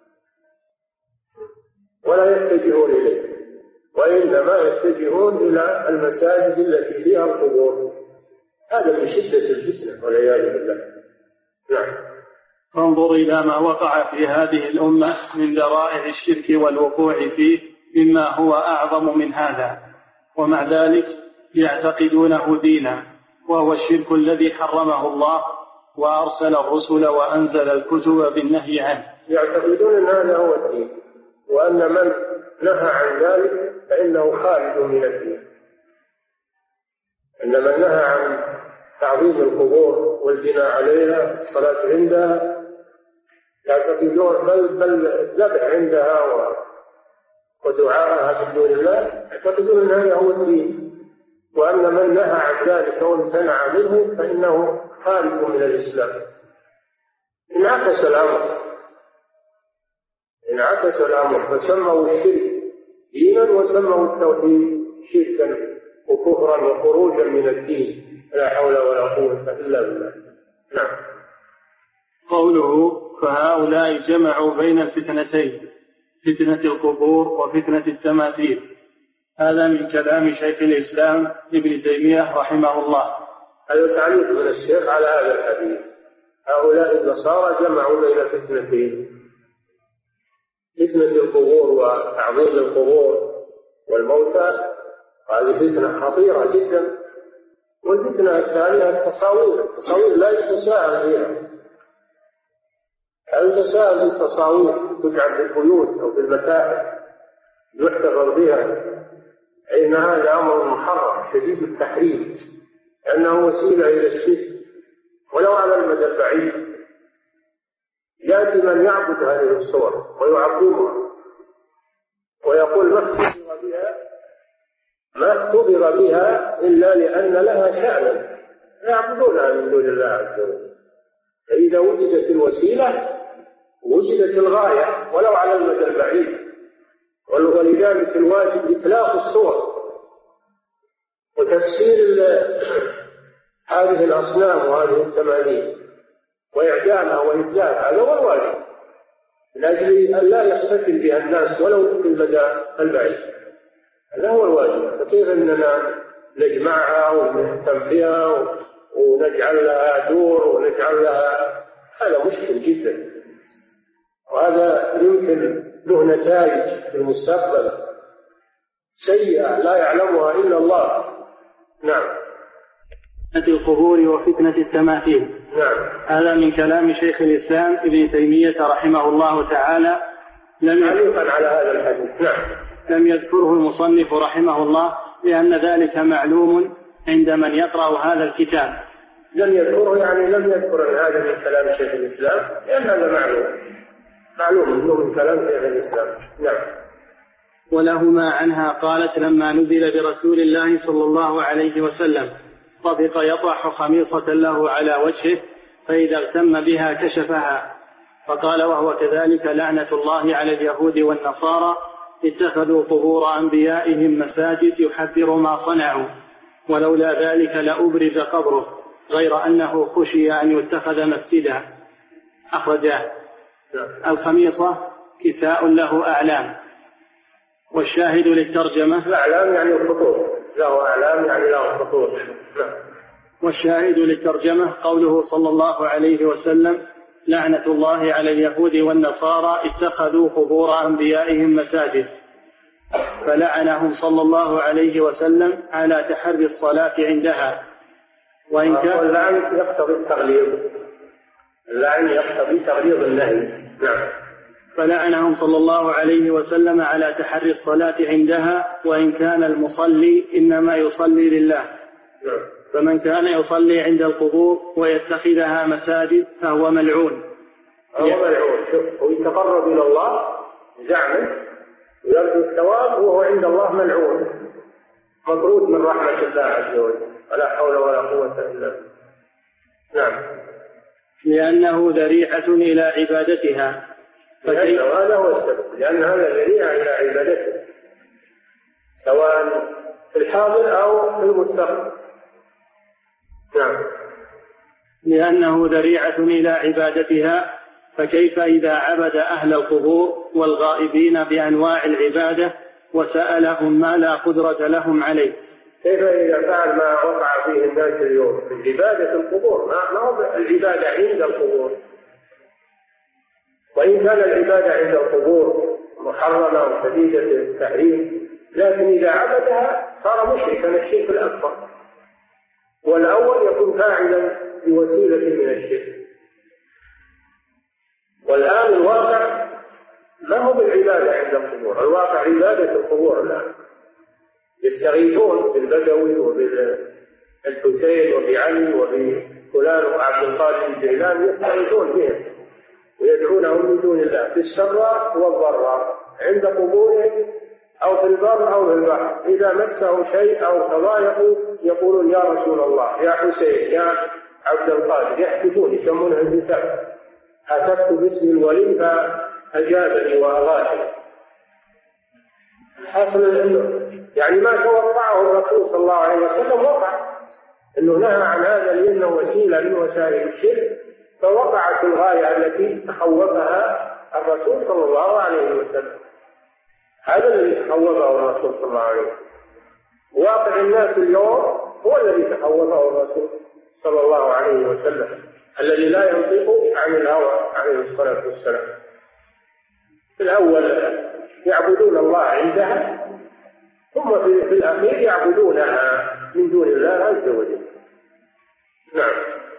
ولا يتجهون إليه، وإنما يتجهون إلى المساجد التي فيها القبور. هذا من شدة الفتنة والعياذ بالله. نعم. فانظر إلى ما وقع في هذه الأمة من ذرائع الشرك والوقوع فيه مما هو أعظم من هذا، ومع ذلك يعتقدونه دينا، وهو الشرك الذي حرمه الله وأرسل الرسل وأنزل الكتب بالنهي عنه. يعتقدون أن هذا هو الدين، وأن من نهى عن ذلك فإنه خارج من الدين. أن من نهى عن تعظيم القبور والبناء عليها الصلاة عندها يعتقدون بل بل الذبح عندها ودعاءها من دون الله، يعتقدون أن هذا هو الدين، وأن من نهى عن ذلك وامتنع منه فإنه خارج من الإسلام. انعكس الأمر انعكس الأمر فسموا الشرك دينا وسموا التوحيد شركا وكفرا وخروجا من الدين. لا حول ولا قوة إلا بالله. نعم. قوله فهؤلاء جمعوا بين الفتنتين، فتنة القبور وفتنة التماثيل، هذا من كلام شيخ الإسلام ابن تيمية رحمه الله. هذا تعليق من الشيخ على هذا الحديث. هؤلاء النصارى جمعوا بين فتنتين، فتنة القبور وتعظيم القبور والموتى، هذه فتنة خطيرة جدا. والفتنة الثانية التصاوير، التصاوير لا يتساهل فيها. هل تساهل بالتصاوير تجعل في البيوت أو في المتاحف يحتفظ بها؟ إن هذا أمر محرم شديد التحريم، لأنه وسيلة إلى الشرك ولو على المدى البعيد. يأتي من يعبد هذه الصور ويعظمها ويقول ما اختبر بها ما اختبر بها إلا لأن لها شأنا، يعبدونها من دون الله عز وجل. فإذا وجدت الوسيلة وجدت الغاية ولو على المدى البعيد. ولذلك الواجب إتلاف الصور وتفسير هذه الأصنام وهذه التماثيل وإعدامها وإبدالها، هذا هو الواجب، من أجل أن لا يحتفل بها الناس ولو في المدى البعيد. هذا هو الواجب. فكيف أننا نجمعها ونهتم بها ونجعل لها دور ونجعل لها، هذا مشكل جدا، وهذا يمكن له نتائج في المستقبل سيئة لا يعلمها إلا الله. نعم. فتنة القبور وفتنة التماثيل. نعم. هذا من كلام شيخ الإسلام ابن تيمية رحمه الله تعالى، لم تعليقا على هذا الحديث. نعم. لم يذكره المصنف رحمه الله لأن ذلك معلوم عند من يقرأ هذا الكتاب. لم يذكره يعني لم يذكر أن هذا من كلام شيخ الإسلام، لأن هذا معلوم معلوم أنه من كلام شيخ الإسلام. نعم. ولهما عنها قالت لما نزل برسول الله صلى الله عليه وسلم طفق يطرح خميصة له على وجهه، فإذا اغتم بها كشفها، فقال وهو كذلك لعنة الله على اليهود والنصارى اتخذوا قبور أنبيائهم مساجد يحذر ما صنعوا، ولولا ذلك لأبرز قبره، غير أنه خشي أن يتخذ مسجدا. أخرجاه. الخميصة كساء له أعلام، والشاهد للترجمة الأعلام يعني الخطوط، له أعلام يعني له خطوط. والشاهد للترجمة قوله صلى الله عليه وسلم لعنة الله على اليهود والنصارى اتخذوا قبور أنبيائهم مساجد، فلعنهم صلى الله عليه وسلم على تحري الصلاة عندها. وإن كان اللعن يقتضي التغليظ، اللعن يقتضي تغليظ النهي. نعم. فلعنهم صلى الله عليه وسلم على تحري الصلاة عندها، وإن كان المصلي إنما يصلي لله. نعم. فمن كان يصلي عند القبور ويتخذها مساجد فهو ملعون. هو ملعون. شوف، هو يتقرب إلى الله زعما ويرجو الثواب، وهو عند الله ملعون مطرود من رحمة الله عز وجل، ولا حول ولا قوة إلا بالله. نعم. لأنه ذريعة إلى عبادتها. لأن هذا هو السبب، لأن هذا ذريعة إلى عبادتها سواء في الحاضر أو في المستقبل. نعم. لأنه ذريعة إلى عبادتها، فكيف إذا عبد أهل القبور والغائبين بأنواع العبادة وسألهم ما لا قدرة لهم عليه؟ كيف إذا فعل ما وقع فيه الناس اليوم من عبادة القبور؟ ما هو العبادة عند القبور، وإن كان العبادة عند القبور محرمة وشديدة التحريم، لكن إذا عبدها صار مشركا الشرك الأكبر، والأول يكون فاعلا بوسيلة من الشرك. والآن الواقع ما هو بالعبادة عند القبور، الواقع عبادة القبور الآن. يستغيثون بالبدوي وبالحسين وبعلي وبفلان وعبد القادر الجيلاني، يستغيثون بهم ويدعونهم من دون الله في السراء والضراء عند قبورهم أو في البر أو في البحر. إذا مسهم شيء أو تضايقوا يقولون يا رسول الله، يا حسين، يا عبد القادر، يحتفون يسمونها الكتاب. حسبت باسم الولي فأجابني وأغاثني. حاصل انه يعني ما توقعه الرسول صلى الله عليه وسلم وقع، انه نهى عن هذا لانه وسيله من وسائل الشرك، فوقعت الغايه التي تخوفها الرسول صلى الله عليه وسلم. هذا الذي تخوفه الرسول صلى الله عليه وسلم. واقع الناس اليوم هو الذي تخوفه الرسول صلى الله عليه وسلم، الذي لا ينطق عن الهوى عليه الصلاه والسلام. في الاول يعبدون الله عندها، ثم في الأخير يعبدونها من دون الله عز وجل. نعم.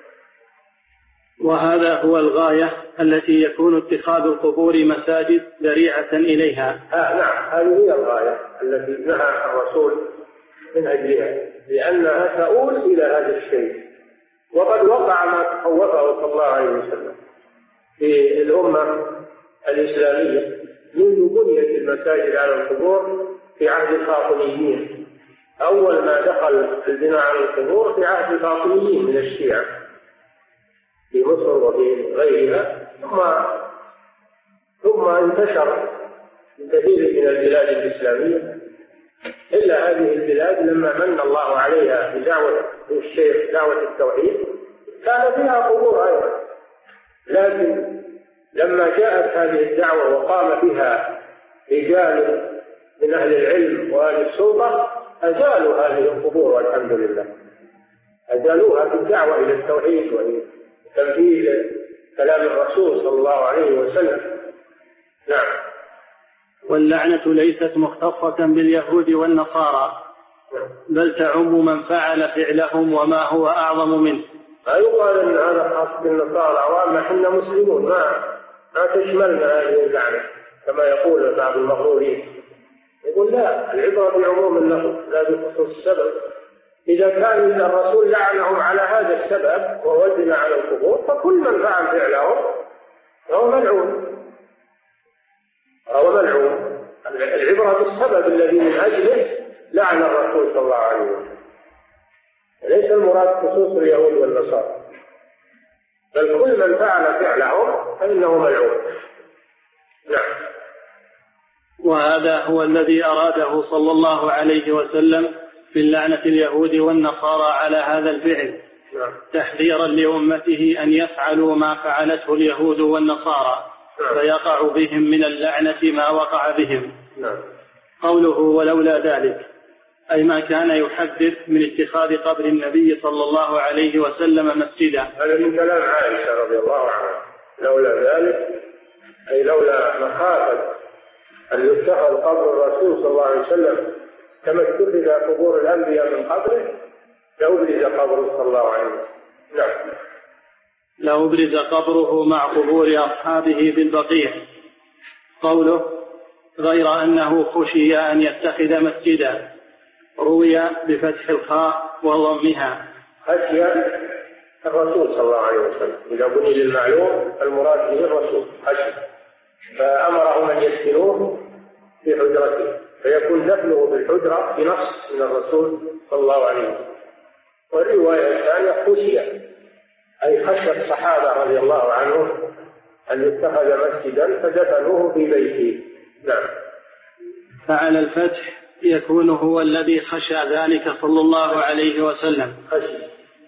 وهذا هو الغاية التي يكون اتخاذ القبور مساجد ذريعة إليها. آه نعم، هذه هي الغاية التي نهى الرسول من أجلها، لأنها تؤول إلى هذا الشيء. وقد وقع ما تخوفه صلى الله عليه وسلم في الأمة الإسلامية منذ بنيت المساجد على القبور في عهد الفاطميين. أول ما دخل البناء على القبور في عهد الفاطميين من الشيعة في مصر وفي غيرها، ثم ثم انتشر في كثير من البلاد الإسلامية، إلا هذه البلاد لما من الله عليها بدعوة الشيخ دعوة التوحيد كان فيها قبور أيضا، لكن لما جاءت هذه الدعوة وقام بها رجال من أهل العلم وأهل السلطة أزالوا هذه القبور والحمد لله، أزالوها بالدعوة إلى التوحيد وتنفيذ كلام الرسول صلى الله عليه وسلم. نعم. واللعنة ليست مختصة باليهود والنصارى، بل تعم من فعل فعلهم وما هو أعظم منه. لا يقال أن هذا خاص بالنصارى، وأما حنا مسلمون ما ما تشملنا هذه اللعنة كما يقول بعض المغرورين. يقول لا، العبرة بعموم اللفظ لا بخصوص السبب. إذا كان الرسول لعنهم على هذا السبب ووزن على القبور، فكل من فعل فعلهم فهو ملعون، هو ملعون. العبرة بالسبب الذي من أجله لعن الرسول صلى الله عليه وسلم، ليس المراد خصوص اليهود والنصارى، بل كل من فعل فعلهم فإنه ملعون. نعم. وهذا هو الذي أراده صلى الله عليه وسلم في اللعنة اليهود والنصارى على هذا الفعل، نعم. تحذيرا لأمته أن يفعلوا ما فعلته اليهود والنصارى، نعم. فيقع بهم من اللعنة ما وقع بهم. نعم. قوله ولولا ذلك أي ما كان يحذر من اتخاذ قبر النبي صلى الله عليه وسلم مسجدا. هذا من كلام عائشة رضي الله عنها، لولا ذلك أي لولا مخافة أن يتخذ قبر الرسول صلى الله عليه وسلم كما اتخذ قبور الأنبياء من قبره لأبرز قبره صلى الله عليه وسلم. نعم. لأبرز قبره مع قبور أصحابه بالبقيع. قوله غير أنه خشي أن يتخذ مسجدا روي بفتح الخاء وضمها خشي الرسول صلى الله عليه وسلم. إذا بني للمعلوم المراد به الرسول خشي، فأمرهم أن يدفنوه في حجرته، فيكون دفنه بالحجرة بنص من الرسول صلى الله عليه وسلم. والرواية الثانية خشي، أي خشي الصحابة رضي الله عنهم أن يتخذ مسجدا فدفنوه في بيته. نعم. فعلى الفتح يكون هو الذي خشى ذلك صلى الله عليه وسلم خشي.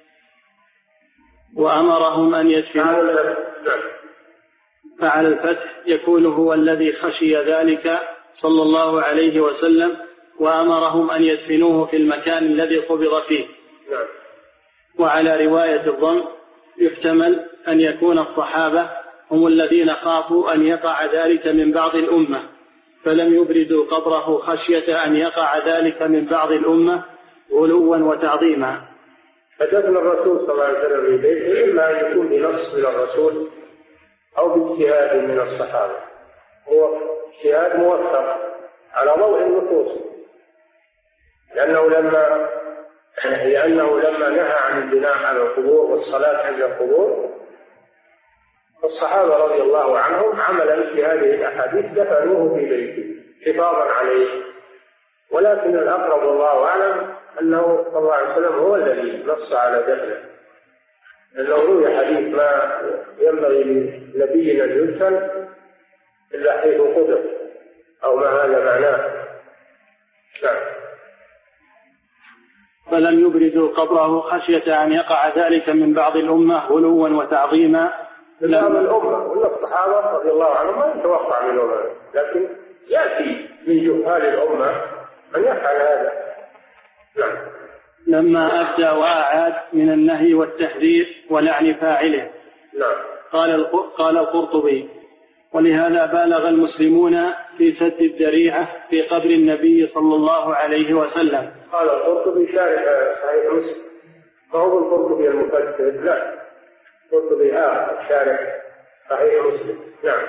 وأمرهم أن يدفنوه. نعم. فعلى الفتح يكون هو الذي خشي ذلك صلى الله عليه وسلم وأمرهم أن يدفنوه في المكان الذي قبض فيه. نعم. وعلى رواية الضم يحتمل أن يكون الصحابة هم الذين خافوا أن يقع ذلك من بعض الأمة فلم يبردوا قبره خشية أن يقع ذلك من بعض الأمة غلوا وتعظيما. فدفن الرسول صلى الله عليه وسلم في بيته إما أن يكون بنص من الرسول أو باجتهاد من الصحابة، هو اجتهاد موفق على ضوء النصوص، لأنه لما لأنه لما نهى عن البناء على القبور والصلاة عند القبور الصحابة رضي الله عنهم عملا في هذه الأحاديث دفنوه في بيته حفاظا عليه. ولكن الأقرب والله أعلم أنه صلى الله عليه وسلم هو الذي نص على دفنه، لأنه روي حديث ما ينبغي لنبي أن يدفن إلا حيث قدر أو ما هذا معناه. نعم. فلم يبرزوا قبره خشية أن يقع ذلك من بعض الأمة غلوا وتعظيما. من بعض الأمة، ولا الصحابة رضي الله عنهم ما يتوقع منهم هذا، لكن يأتي من جهال الأمة أن يفعل هذا. نعم. لما أبدى وأعاد من النهي والتحذير ولعن فاعله. نعم. قال قال القرطبي: ولهذا بالغ المسلمون في سد الذريعة في قبر النبي صلى الله عليه وسلم. قال القرطبي شارح صحيح مسلم، ما هو القرطبي المفسر، لا، القرطبي آخر شارح صحيح مسلم. نعم.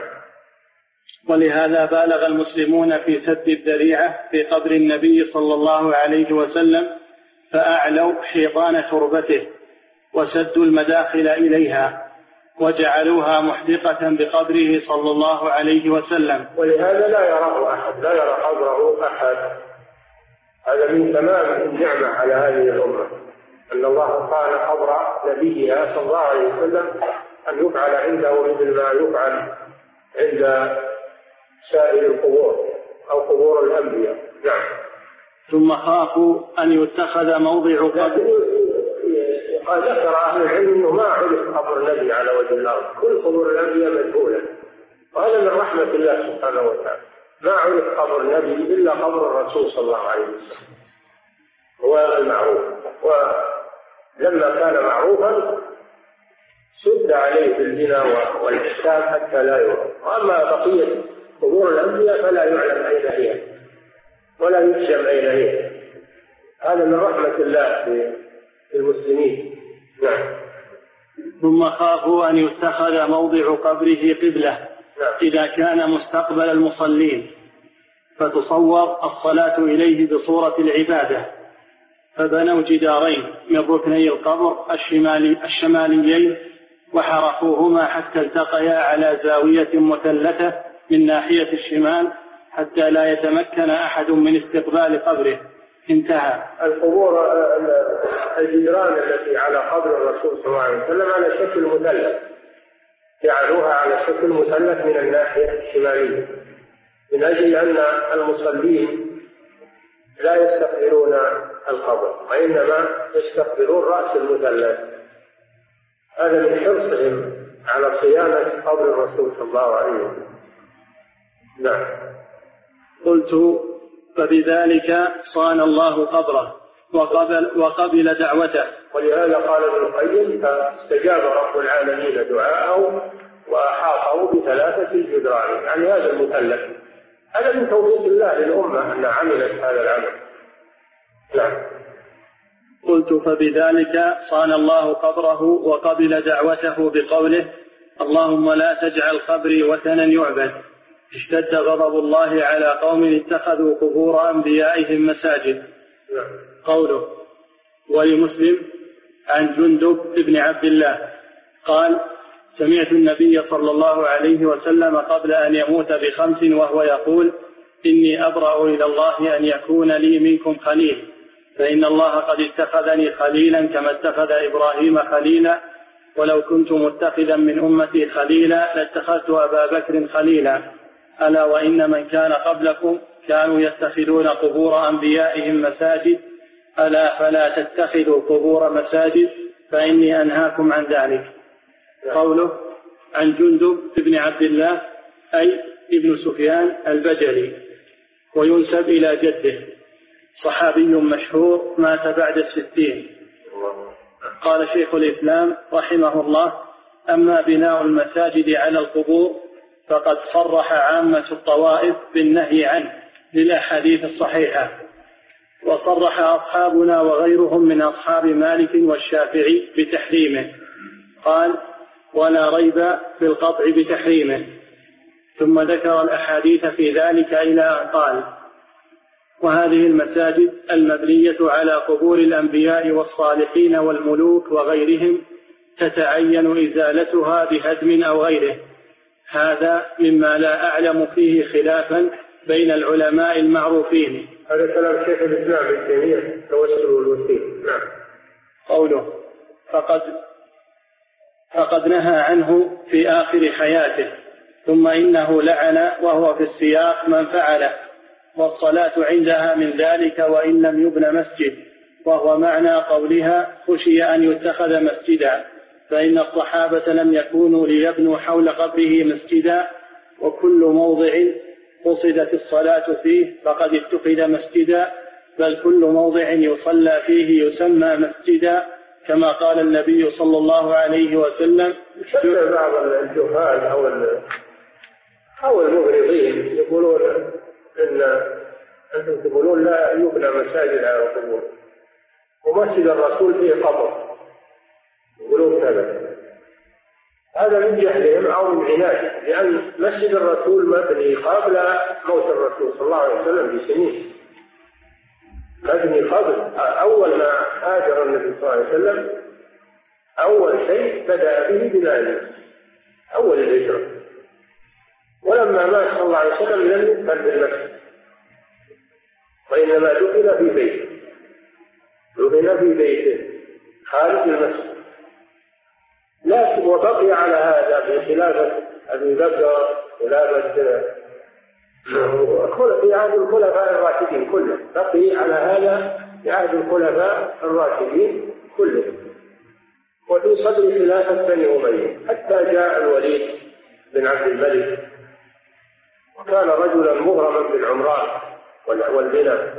ولهذا بالغ المسلمون في سد الذريعة في قبر النبي صلى الله عليه وسلم فأعلوا حيطان تربته وسدوا المداخل إليها وجعلوها محدقة بقبره صلى الله عليه وسلم. ولهذا لا يراه أحد، لا يرى قبره أحد. هذا من تمام النعمة على هذه الأمة، أن الله صان قبر نبيها صلى الله عليه وسلم أن يفعل عنده مثل ما يفعل عند سائر القبور أو قبور الأنبياء. نعم. ثم خافوا أن يتخذ موضع قبر. قال ذكر أهل العلم أنه ما عرف قبر النبي على وجه الأرض، كل قبور الأنبياء مجهولة، وهذا من رحمة الله سبحانه وتعالى. ما عرف قبر النبي إلا قبر الرسول صلى الله عليه وسلم، هو المعروف، ولما كان معروفا سد عليه بالبناء والإحسان حتى لا يرى. وأما بقية قبور الأنبياء فلا يعلم أين هي ولا يكشف أين هي، هذا من رحمة الله بالمسلمين. نعم. ثم خافوا أن يتخذ موضع قبره قبلة. نعم. إذا كان مستقبل المصلين فتصور الصلاة إليه بصورة العبادة، فبنوا جدارين من ركني القبر الشمالي الشماليين وحرقوهما حتى التقيا على زاوية مثلثة من ناحية الشمال حتى لا يتمكن أحد من استقبال قبره. انتهى. القبور الجدران التي على قبر الرسول صلى الله عليه وسلم على شكل مثلث، جعلوها على شكل مثلث من الناحية الشمالية من أجل أن المصلين لا يستقبلون القبر وإنما يستقبلون رأس المثلث. هذا من حرصهم على صيانة قبر الرسول صلى الله عليه وسلم. نعم. قلت: فبذلك صان الله قبره وقبل, وقبل دعوته. ولهذا قال ابن القيم: فاستجاب رب العالمين دعاءه وأحاطه بثلاثة جدران، يعني هذا المثلث. هذا من توفيق الله للأمة أن عملت هذا العمل. نعم. قلت: فبذلك صان الله قبره وقبل دعوته بقوله: اللهم لا تجعل قبري وثنا يعبد. اشتد غضب الله على قوم اتخذوا قبور أنبيائهم مساجد. نعم. قوله: ولمسلم: عن جندب بن عبد الله قال سمعت النبي صلى الله عليه وسلم قبل أن يموت بخمس وهو يقول إني أبرأ إلى الله أن يكون لي منكم خليل، فإن الله قد اتخذني خليلا كما اتخذ إبراهيم خليلا، ولو كنت متخذا من أمتي خليلا لاتخذت أبا بكر خليلا، ألا وإن من كان قبلكم كانوا يتخذون قبور أنبيائهم مساجد، ألا فلا تتخذوا قبور مساجد فإني أنهاكم عن ذلك. قوله عن جندب بن عبد الله أي ابن سفيان البجلي، وينسب إلى جده، صحابي مشهور مات بعد الستين. قال شيخ الإسلام رحمه الله أما بناء المساجد على القبور فقد صرح عامة الطوائف بالنهي عنه للأحاديث الصحيحة، وصرح أصحابنا وغيرهم من أصحاب مالك والشافعي بتحريمه، قال ولا ريب في القطع بتحريمه، ثم ذكر الأحاديث في ذلك إلى أن قال وهذه المساجد المبنية على قبور الأنبياء والصالحين والملوك وغيرهم تتعين إزالتها بهدم أو غيره، هذا مما لا أعلم فيه خلافا بين العلماء المعروفين. هذا كلام شيخ الإسلام ابن تيمية توسل والوسيل. نعم. قوله فقد فقد نهى عنه في آخر حياته، ثم إنه لعن وهو في السياق من فعله، والصلاة عندها من ذلك وإن لم يبن مسجد، وهو معنى قولها خشي أن يتخذ مسجدا، فإن الصحابة لم يكونوا ليبنوا حول قبره مسجدا، وكل موضع قصدت الصلاة فيه فقد اتخذ مسجدا، بل كل موضع يصلى فيه يسمى مسجدا، كما قال النبي صلى الله عليه وسلم. شبه بعض الجهال أو أو المغرضين يقولون إن أنتم تقولون لا يبنى مساجد على القبور، ومسجد الرسول فيه قبر، يقولون كذا. هذا من جهلهم أو من عناد، لأن مسجد الرسول مبني قبل موت الرسول صلى الله عليه وسلم بسنين، مبني قبل أول ما هاجر النبي صلى الله عليه وسلم، أول شيء بدأ به بلاده أول الهجرة، ولما مات صلى الله عليه وسلم لم يدفن بالمسجد، وإنما دفن في بيته، دفن في بيته خارج المسجد. لكن وبقي على هذا في خلافة أبي بكر، خلافة في عهد الخلفاء الراشدين كله، بقي على هذا في عهد الخلفاء الراشدين كله، وفي صدر خلافة بني أمية حتى جاء الوليد بن عبد الملك، وكان رجلا مغرما بالعمران والبناء،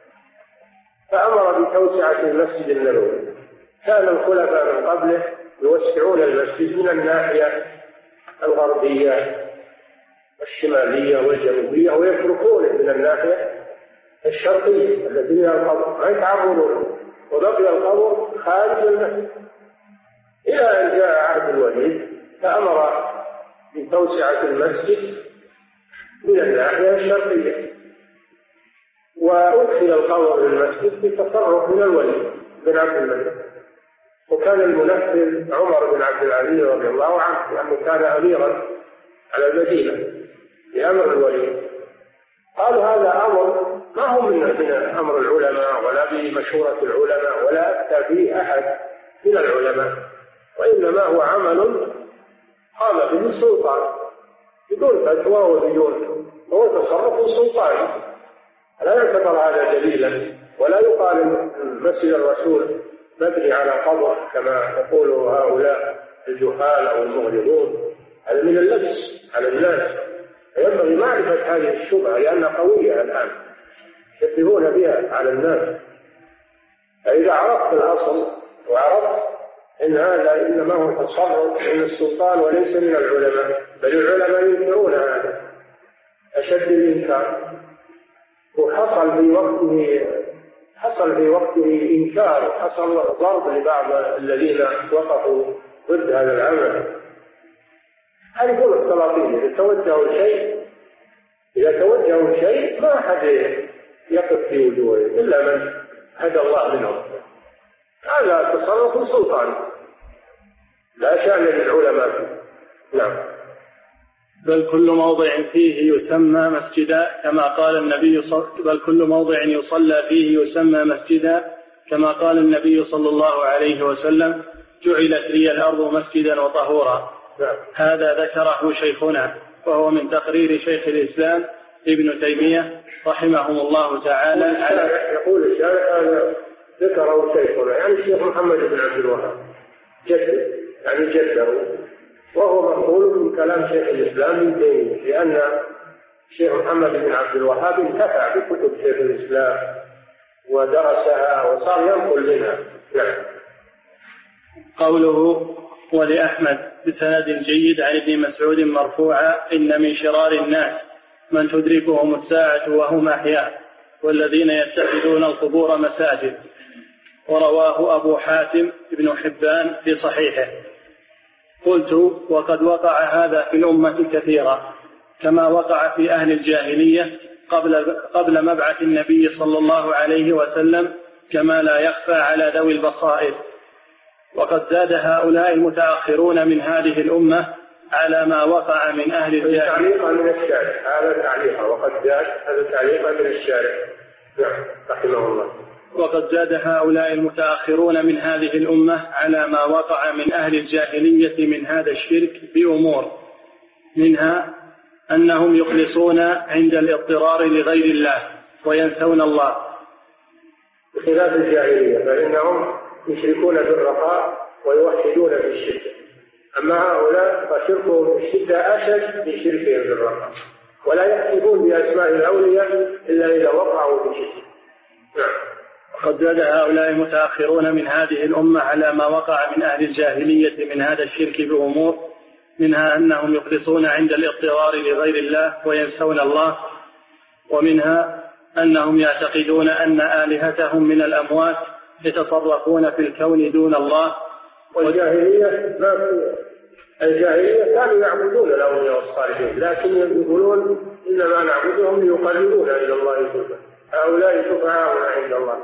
فأمر بتوسعة المسجد النبوي. كان الخلفاء من قبله يوسعون المسجد من الناحية الغربية والشمالية والجنوبية، ويتركونه من الناحية الشرقية التي فيها القبر، ما يتعرضون، وبقي القبر خارج المسجد إلى أن جاء عهد الوليد فأمر بتوسعة المسجد من الناحية الشرقية، وأدخل القبر للمسجد بتصرف من الوليد بن عبد الملك، وكان المنفذ عمر بن عبد العزيز رضي الله عنه، لأنه كان أميرا على المدينة بأمر الوليد. قالوا هذا أمر ما هو من أمر العلماء ولا بمشورة العلماء ولا أفتى به أحد من العلماء، وإنما هو عمل قام به السلطان بدون فتوى وبدون، هو تصرف سلطاني، لا يعتبر هذا دليلا، ولا يقال مسجد الرسول مبني على قبر كما يقول هؤلاء الجهال أو المغرضون. هذا من اللبس على الناس، فينبغي معرفة هذه الشبهة لأنها قوية الآن يشبهون بها على الناس. فإذا عرفت الأصل وعرفت إن هذا إنما هو تصرف من السلطان وليس من العلماء، بل العلماء ينكرون هذا أشد الإنكار، وحصل في وقته حصل في وقته إنكار، وحصل ضرب لبعض الذين وقفوا ضد هذا العمل. هذه كل السلاطين إذا توجهوا الشيء إذا توجهوا الشيء ما أحد يقف في وجوهه إلا من هدى الله منهم. هذا تصرف سلطان لا شأن للعلماء. نعم. بل كل موضع فيه يسمى مسجدا كما قال النبي صل... بل كل موضع يصلى فيه يسمى مسجدا كما قال النبي صلى الله عليه وسلم جعلت لي الأرض مسجدا وطهورا. نعم. هذا ذكره شيخنا وهو من تقرير شيخ الإسلام ابن تيمية رحمهم الله تعالى. على يقول الشارع هذا ذكره شيخنا يعني الشيخ محمد بن عبد الوهاب جد يعني جده، وهو منقول من كلام شيخ الإسلام ابن تيمية، لأن الشيخ محمد بن عبد الوهاب انتفع بكتب شيخ الإسلام ودرسها وصار ينقل منها. نعم. قوله ولأحمد بسند جيد عن ابن مسعود مرفوعا إن من شرار الناس من تدركهم الساعة وهم أحياء والذين يتخذون القبور مساجد. ورواه أبو حاتم بن حبان في صحيحه. قلت وقد وقع هذا في الأمة كثيرا كما وقع في أهل الجاهلية قبل, قبل مبعث النبي صلى الله عليه وسلم كما لا يخفى على ذوي البصائر. وقد زاد هؤلاء المتأخرون من هذه الأمة على ما وقع من أهل الجاهلية. تعليقا من الشارع هذا تعليقا وقد زاد هذا تعليقا من الشارع. نعم رحمه الله. وقد زاد هؤلاء المتأخرون من هذه الأمة على ما وقع من أهل الجاهلية من هذا الشرك بأمور منها أنهم يخلصون عند الاضطرار لغير الله وينسون الله بخلاف الجاهلية فإنهم يشركون بالرخاء ويوحدون بالشدة، أما هؤلاء فشركهم بالشدة أشد من شركهم بالرخاء، ولا يحسبون بأسماء الأولياء إلا إذا وقعوا بشدة. نعم. وقد زاد هؤلاء المتأخرون من هذه الأمة على ما وقع من أهل الجاهلية من هذا الشرك بأمور منها أنهم يخلصون عند الاضطرار لغير الله وينسون الله، ومنها أنهم يعتقدون أن آلهتهم من الأموات يتصرفون في الكون دون الله. والجاهلية ما في الجاهلية كانوا يعبدون الأولياء والصالحين لكن يقولون إنما نعبدهم ليقربونا إلى الله زلفى، هؤلاء شفعاؤنا عند الله،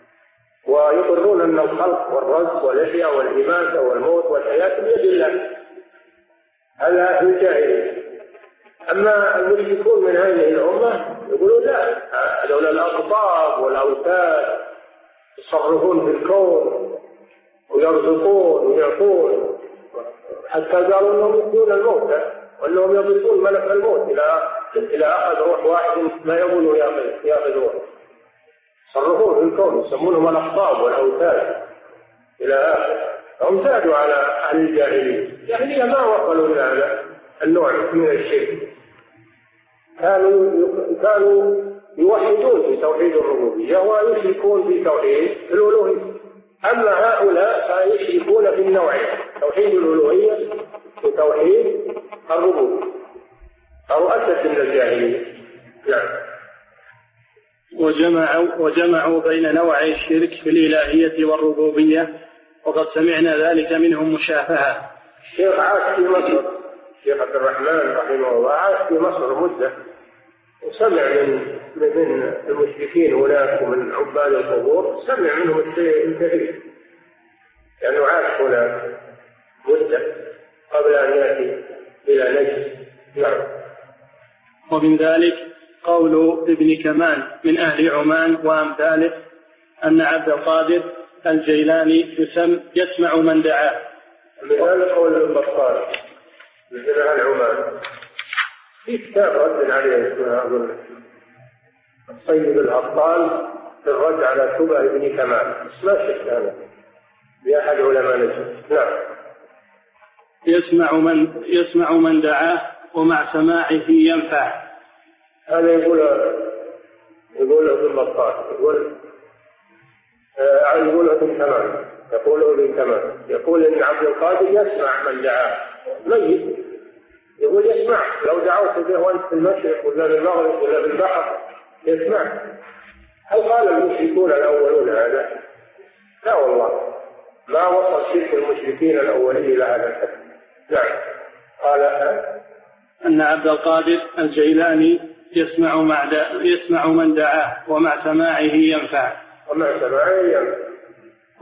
ويقرون أن الخلق والرزق والإحياء والإماتة والموت والحياة بيد الله، هذا في الجاهلية. أما المشركون من هذه الأمة يقولون لا، هذول الأقطاب والأوتاد يصرفون في الكون ويرزقون ويعطون، حتى قالوا أنهم يحيون الموتى وأنهم يضيفون ملك الموت إلى إلى أخذ روح واحد ما يقولوا يأخذ روح، يصرفون في الكون يسمونهم الأقطاب والأوتاد إلى آخر. هم زادوا على أهل الجاهلية، الجاهلية ما وصلوا إلى هذا النوع من الشرك، كانوا كانوا يوحدون في توحيد الربوبية ويشركون في توحيد الألوهية. أما هؤلاء فيشركون في النوعين، توحيد الألوهية وتوحيد الربوبية، أو أسد من الجاهلية. نعم. وجمعوا, وجمعوا بين نوعي الشرك في الإلهية والربوبية، وقد سمعنا ذلك منهم مشافهة. الشيخ عاش في مصر، الشيخ عبد الرحمن رحمه الله عاش في مصر مدة، وسمع من من المشركين هناك ومن عباد القبور، سمع منهم الشيء الكثير لأنه عاش هناك مدة قبل أن يأتي إلى نجد. نعم. ومن ذلك قول ابن كمان من أهل عمان وأمثاله أن عبد القادر الجيلاني يسم يسمع من دعاه. مثال قول البطال من أهل عمان في كتاب رد عليه اسمه الصيد الأبطال في الرد على شبه ابن كمان، بس ما شفت هذا بأحد علماء نجد. نعم. يسمع من يسمع من دعاه ومع سماعه ينفع. هذا يقول يقول ابن بطال يقول آه يقول ابن كمان يقول ابن كمان يقول إن عبد القادر يسمع من دعاه ميت، يقول يسمع لو دعوت به وانت في المشرق ولا بالمغرب ولا بالبحر يسمع. هل قال المشركون الأولون هذا؟ لا والله، ما وصل شرك المشركين الأولين إلى هذا الحد. نعم. قال أن عبد القادر الجيلاني يسمع, مع يسمع من دعاه ومع سماعه ينفع. ومع سماعه ينفع. مشرك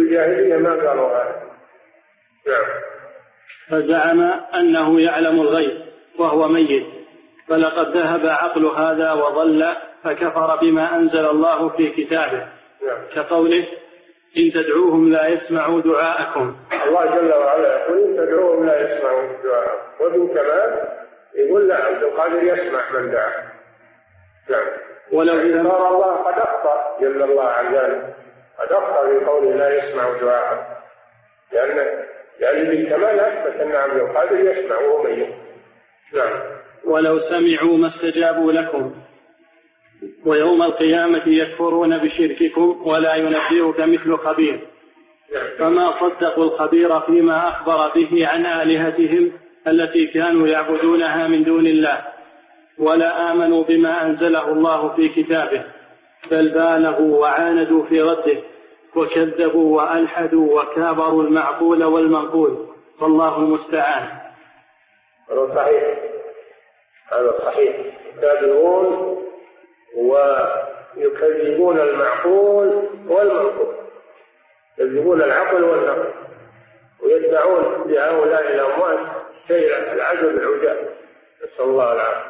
الجاهلية ما قالوا هذا. نعم. فزعم أنه يعلم الغيب وهو ميت، فلقد ذهب عقل هذا وضل، فكفر بما أنزل الله في كتابه. نعم. كقوله إن تدعوهم لا يسمعوا دعاءكم. الله جل وعلا يقول إن تدعوهم لا يسمعوا دعاءكم، وابن كمال يقول لا، عبد القادر يسمع من دعا. نعم. ولو صار الله قد أخطأ جل الله عن ذلك، قد أخطأ في قوله لا يسمع دعاءكم، لأن لأن ابن كمال أثبت أن عبد القادر يسمع وهو ميت. نعم. ولو سمعوا ما استجابوا لكم، ويوم القيامة يكفرون بشرككم ولا ينبئك مثل خبير. فما صدقوا الخبير فيما أخبر به عن آلهتهم التي كانوا يعبدونها من دون الله، ولا آمنوا بما أنزله الله في كتابه، بل بالغوا وعاندوا في رده، وكذبوا وألحدوا وكابروا المعقول والمنقول، فالله المستعان. هذا صحيح، هذا صحيح. يكذبون ويكذبون المعقول والمنقول، يكذبون العقل والنقل، ويدعون لهؤلاء الأموات شيء العجب العجاب، نسأل الله العافية.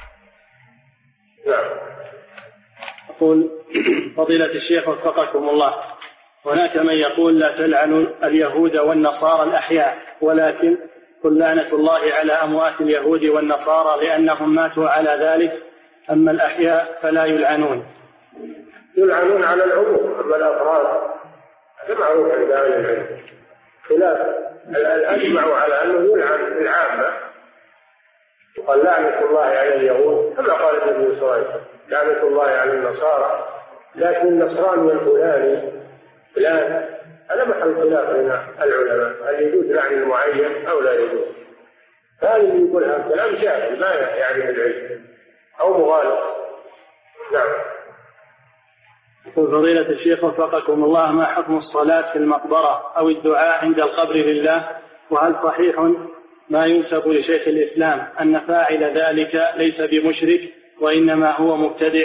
نعم. أقول فضيلة الشيخ وفقكم الله، هناك من يقول لا تلعنوا اليهود والنصارى الأحياء، ولكن قل لعنة الله على أموات اليهود والنصارى لأنهم ماتوا على ذلك، أما الأحياء فلا يلعنون. يلعنون على العموم، أما الأفراد معروف عند أهل العلم خلاف. الأجمع على أنه يلعن العامة، وقال لعنة الله على اليهود كما قال النبي صلى الله عليه وسلم لعنة الله على النصارى، لكن النصراني الفلاني فلان هذا محل خلاف بين العلماء، هل يجوز لعن المعين أو لا يجوز. هذا اللي يقول هذا كلام جاهل ما يعني العلم أو مغالط. نعم. يقول فضيلة الشيخ وفقكم الله، ما حكم الصلاة في المقبرة أو الدعاء عند القبر لله؟ وهل صحيح ما ينسب لشيخ الإسلام أن فاعل ذلك ليس بمشرك وإنما هو مبتدع؟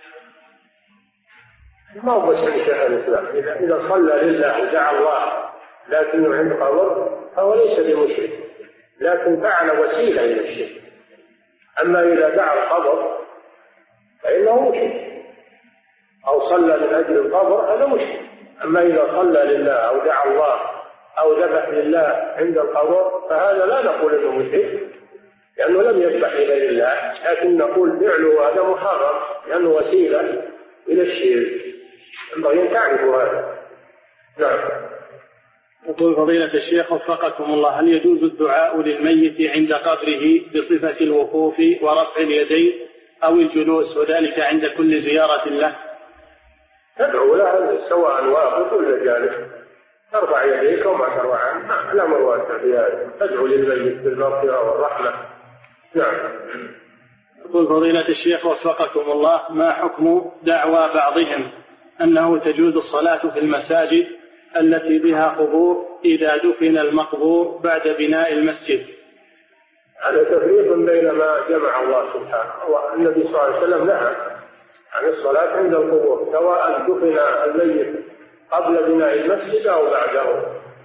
ما هو بس شيخ الإسلام، إذا صلى لله ودعا الله لكنه عند قبر فهو ليس بمشرك، لكن فعل وسيلة إلى الشرك. أما إذا دعا القبر فإنه مشرك، أو صلى من أجل القبر هذا مشرك. أما إذا صلى لله أو دعا الله أو ذبح لله عند القبر فهذا لا نقول إنه مشرك، لأنه لم يذبح إلى الله، لكن نقول فعله هذا محرم لأنه وسيلة إلى الشرك، ينبغي أن تعرفوا هذا. نعم. يقول فضيلة الشيخ وفقكم الله، هل يجوز الدعاء للميت عند قبره بصفة الوقوف ورفع اليدين أو الجلوس، وذلك عند كل زيارة له؟ تدعو له سواء واقف ولا جالس، ترفع يديك وما تروى عنه، الأمر واسع في هذا، تدعو للميت بالمغفرة والرحمة. نعم. يقول فضيلة الشيخ وفقكم الله، ما حكم دعوى بعضهم أنه تجوز الصلاة في المساجد التي بها قبور إذا دفن المقبور بعد بناء المسجد؟ هذا تفريق بين ما جمع الله سبحانه، والنبي صلى الله عليه وسلم نهى عن الصلاة عند القبور سواء دفن الميت قبل بناء المسجد أو بعده.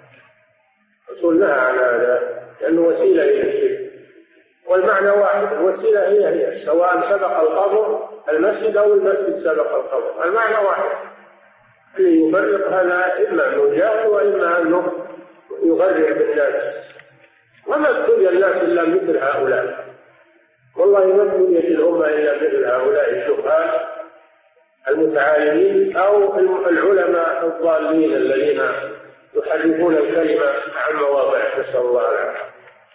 الرسول نهى عن هذا لأنه وسيلة إلى الشرك، والمعنى واحد، الوسيلة هي هي سواء سبق القبر المسجد أو المسجد سبق القبر، المعنى واحد. اللي يفرق هذا إما أنه جاهل وإما أنه يغرر بالناس، وما ابتلي الناس إلا مثل هؤلاء، والله ما ابتليت الأمة إلا مثل هؤلاء الجهال المتعالمين أو العلماء الضالين الذين يحرفون الكلمة عن مواضعه، نسأل الله العافية.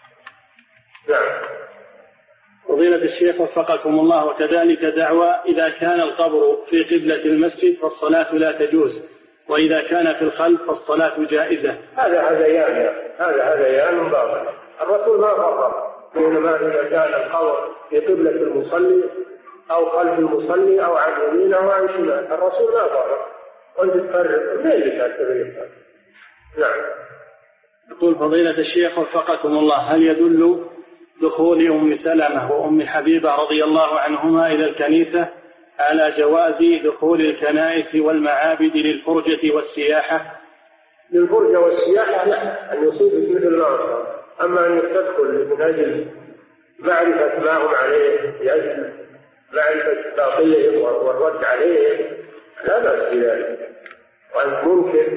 نعم. فضيلة الشيخ وفقكم الله، وكذلك دعوى إذا كان القبر في قبلة المسجد فالصلاة لا تجوز، وإذا كان في الخلف فالصلاة جائزة. هذا هذيان هذا هذيان باطل. الرسول ما فرق بينما إذا كان القبر في قبلة المصلي أو خلف المصلي أو عن يمينه أو عن شماله، الرسول ما فرق. وأنت تفرق من اللي كان تفرق؟ نعم. يقول فضيلة الشيخ وفقكم الله، هل يدل دخول أم سلمة وأم حبيبة رضي الله عنهما إلى الكنيسة على جواز دخول الكنائس والمعابد للفرجة والسياحة؟ للفرجة والسياحة لا، أن يصيبك مثل ما أصاب. أما أن تدخل من أجل معرفة ما هم عليه، لأجل معرفة باطلهم والرد عليهم، لا بأس بذلك. وأنت منكر،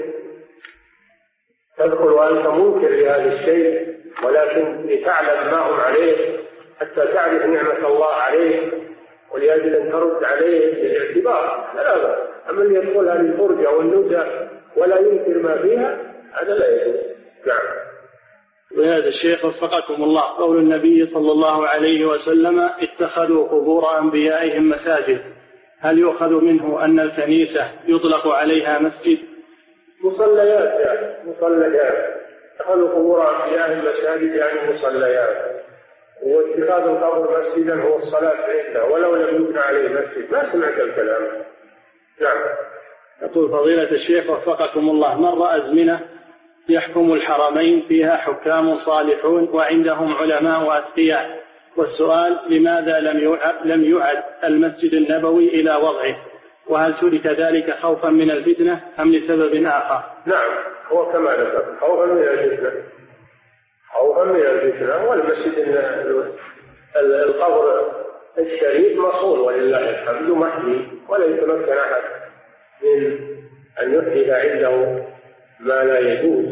تدخل وأنت منكر لهذا الشيء، ولكن لتعلم ما هم عليه حتى تعرف نعمة الله عليه، ولأجل أن ترد عليه بالاعتبار، لا بأس. أما اللي يدخلها للفرجة والنزهة ولا ينكر ما فيها، هذا لا يجوز. نعم. وهذا الشيخ وفقكم الله، قول النبي صلى الله عليه وسلم: اتخذوا قبور أنبيائهم مساجد، هل يؤخذ منه أن الكنيسة يطلق عليها مسجد؟ مصليات يعني مصليات، اتخذوا قبور أنبيائهم مساجد يعني مصليات. واتخاذ القبر مسجدا هو الصلاة عنده ولو لم يبنى عليه مسجد. ما سمعت الكلام. نعم. يقول فضيلة الشيخ وفقكم الله: مر أزمنة يحكم الحرمين فيها حكام صالحون وعندهم علماء وأتقياء، والسؤال: لماذا لم يعد, لم يعد المسجد النبوي إلى وضعه؟ وهل ترك ذلك خوفا من الفتنة أم لسبب آخر؟ نعم، هو كما ذكر، خوفا من الفتنة، خوفا من الفتنة. والمسجد القبر الشريف مصون ولله الحمد محمي، ولا يتمكن أحد من أن يحدث عنده ما لا يجوز.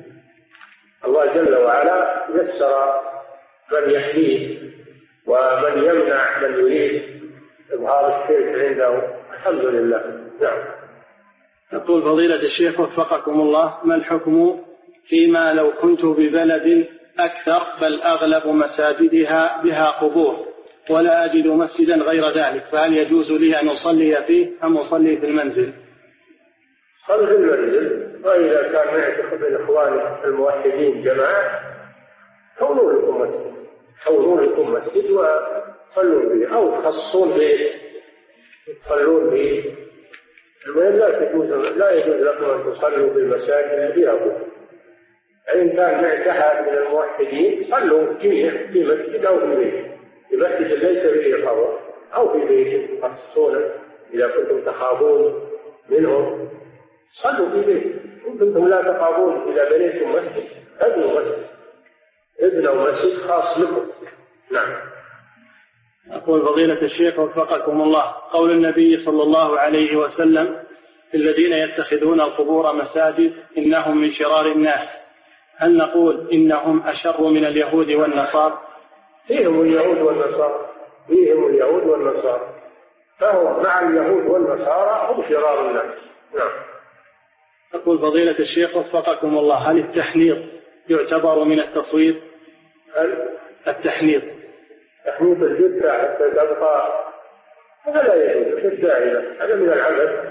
الله جل وعلا يسر من يحميه ومن يمنع من يريد إظهار الشرك عنده، الحمد لله. نعم. يقول فضيلة الشيخ وفقكم الله: ما الحكم فيما لو كنت ببلد أكثر بل أغلب مساجدها بها قبور ولا أجد مسجدا غير ذلك، فهل يجوز لي أن أصلي فيه أم أصلي في المنزل؟ صل في المنزل، وإذا كان معك الإخوان الموحدين جماعة كونوا لكم مسجد، كونوا لكم مسجد وصلوا فيه، أو تخصصون بيت تصلون فيه. المهم لا تجوز لا يجوز لكم أن تصلوا في المساجد اللي فيها قبور. إن كان معك أحد من الموحدين صلوا جميع في مسجد أو في بيت، في مسجد ليس فيه قبر أو في بيت تخصصونه. إذا كنتم تخافون منهم صلوا في بيت، إن كنتم لا تخافون إذا بنيتم مسجد ابنوا مسجد، ابنوا مسجد خاص لكم. نعم. أقول فضيلة الشيخ وفقكم الله: قول النبي صلى الله عليه وسلم: الذين يتخذون القبور مساجد إنهم من شرار الناس، هل نقول إنهم أشر من اليهود والنصارى؟ فيهم اليهود والنصارى، فيهم اليهود والنصارى، فهم مع اليهود والنصارى هم شرار الناس. نعم. أقول فضيلة الشيخ وفقكم الله: هل التحنيط يعتبر من التصوير؟ هل التحنيط تحنيط الجثة حتى تبقى، هذا لا يجوز، في الداعية، هذا من العبث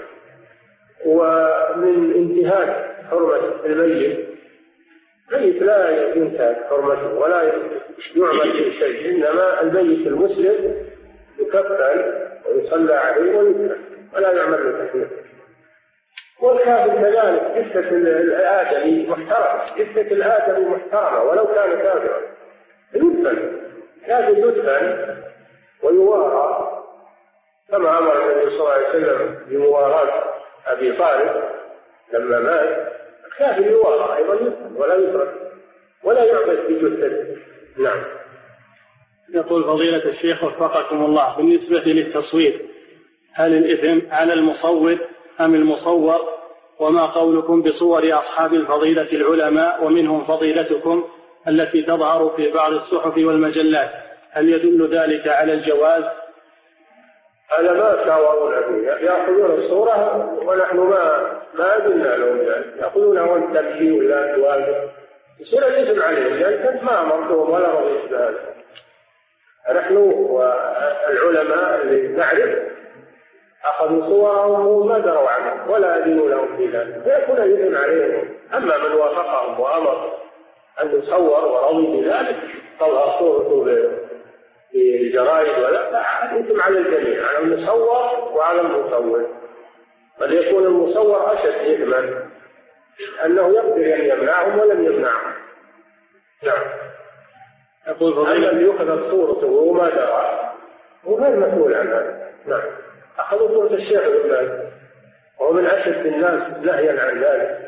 ومن انتهاك حرمة الميت. الميت لا ينتهك حرمته ولا يعمل في شيء، إنما الميت المسلم يكفن ويصلى عليه ويدفن ولا يعمل له تحنيط. والكافر كذلك، جثة الآدمي محترم، جثة الآدمي محترمة ولو كان كافرا، يدفن، لازم يدفن ويوارى كما أمر النبي صلى الله عليه وسلم بمواراة أبي طالب لما مات. الكافر يوارى أيضا يدفن ولا يترك ولا يعبد بجثته. نعم. يقول فضيلة الشيخ وفقكم الله: بالنسبة للتصوير، هل الإثم على المصور أم المصور؟ وما قولكم بصور أصحاب الفضيلة العلماء ومنهم فضيلتكم التي تظهر في بعض الصحف والمجلات، هل يدل ذلك على الجواز؟ هذا ما شاورون فيه، يأخذون الصورة ونحن ما ما أدلنا لهم ذلك، يأخذونها وانت تمشي ولا تواجه، يصير الإثم عليهم لأنك أنت ما أمرتهم ولا رضيت بهذا. نحن والعلماء اللي نعرف أخذوا صورهم وما دروا عنهم ولا أدينوا لهم في ذلك، فيكون الإثم عليهم. أما من وافقهم وأمر أن يصور ورضي بذلك تظهر صورته في الجرائد ولا، الإثم على الجميع، على المصور وعلى المصور. قد يكون المصور أشد إثما أنه يقدر أن يمنعهم ولم يمنعهم. نعم. يقول أما اللي يأخذ صورته وما درى هو غير مسؤول عن هذا. نعم. أخذوا صورة الشيخ ابن باز وهو من أشد الناس نهيا عن ذلك،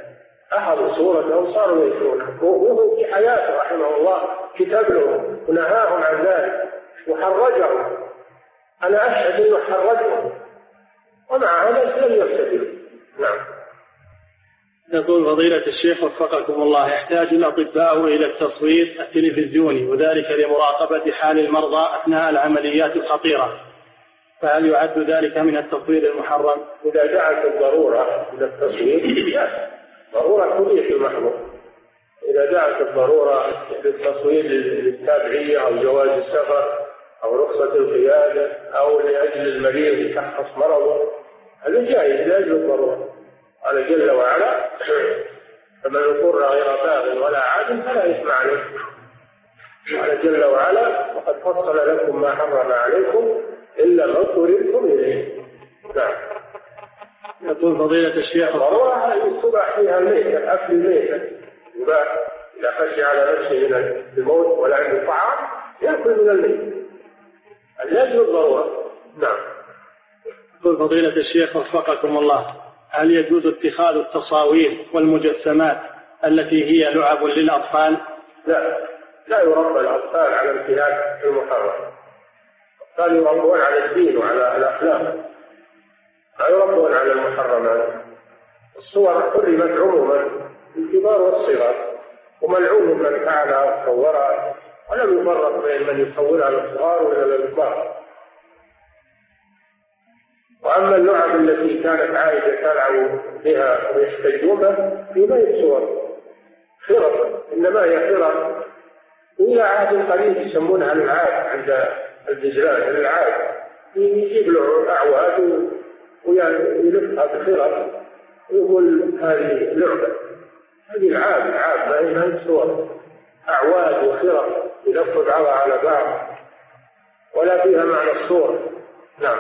أخذوا صورته وصاروا يتلونه، وهو في حياته رحمه الله كتب لهم ونهاهم عن ذلك وحرجهم. أنا أشهد أنه حرجهم، ومع هذا لم يفتدوا. نعم. يقول فضيلة الشيخ وفقكم الله: يحتاج الأطباء إلى التصوير التلفزيوني، وذلك لمراقبة حال المرضى أثناء العمليات الخطيرة، فهل يعد ذلك من التصوير المحرم؟ إذا دعت الضرورة إلى التصوير لا، ضرورة تبيح المحظور. إذا دعت الضرورة للتصوير للتابعية أو جواز السفر أو رخصة القيادة أو لأجل المريض يشخص مرضه، هذا جائز لأجل الضرورة. قال جل وعلا: فمن اضطر غير باغ ولا عاد فلا إثم عليه. قال جل وعلا: وقد فصل لكم ما حرم عليكم إلا ما اضطررتم إليه. نعم. يقول فضيلة الشيخ: الضرورة يتبع فيها الميتة، أكل الميتة يباح. إذا خشي على نفسه من الموت ولا عنده طعام يأكل من الميت، لأجل الضرورة. نعم. يقول فضيلة الشيخ وفقكم الله: هل يجوز اتخاذ التصاوير والمجسمات التي هي لعب للأطفال؟ لا، لا يربى الأطفال على انتهاك المحرم. الأطفال يربون على الدين وعلى الأخلاق، لا يربون على المحرمات. الصور حرمت عموما الكبار والصغار، وملعون من فعلها وصورها، ولم يفرق بين من يصورها للصغار ولا للكبار. وأما اللعب التي كانت عائشة تلعب بها ويحتجون بها في بيت صور خرق، إنما هي خرق وإلى عهد قريب يسمونها العاب عند الجزران. العاب يجيب له أعواد ويلفها بخرق ويقول هذه لعبة. هذه العاب العاب ما هي من صور، أعواد وخرق يلف بعضها على بعض ولا فيها معنى الصور. نعم.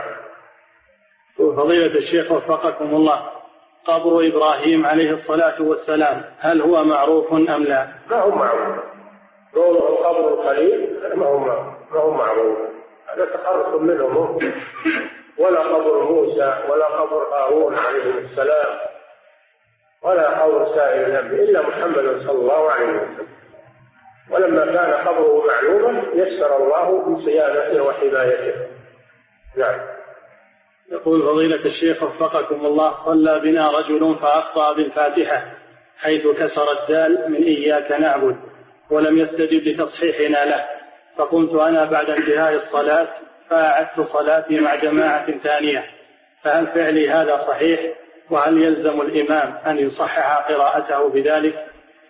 فضيلة الشيخ وفقكم الله: قبر إبراهيم عليه الصلاة والسلام هل هو معروف أم لا؟ ما هو معروف. قوله القبر الخليل ما هو ما هو معروف، هذا تخرص منهم. ولا قبر موسى ولا قبر هارون عليه السلام ولا قبر سائر الأنبياء إلا محمد صلى الله عليه وسلم. ولما كان قبره معلوما يسر الله بصيانته وحمايته. نعم. يقول فضيلة الشيخ وفقكم الله: صلى بنا رجل فأخطأ بالفاتحة حيث كسر الدال من إياك نعبد ولم يستجب لتصحيحنا له، فقمت أنا بعد انتهاء الصلاة فأعدت صلاتي مع جماعة ثانية، فهل فعلي هذا صحيح؟ وهل يلزم الإمام أن يصحح قراءته بذلك؟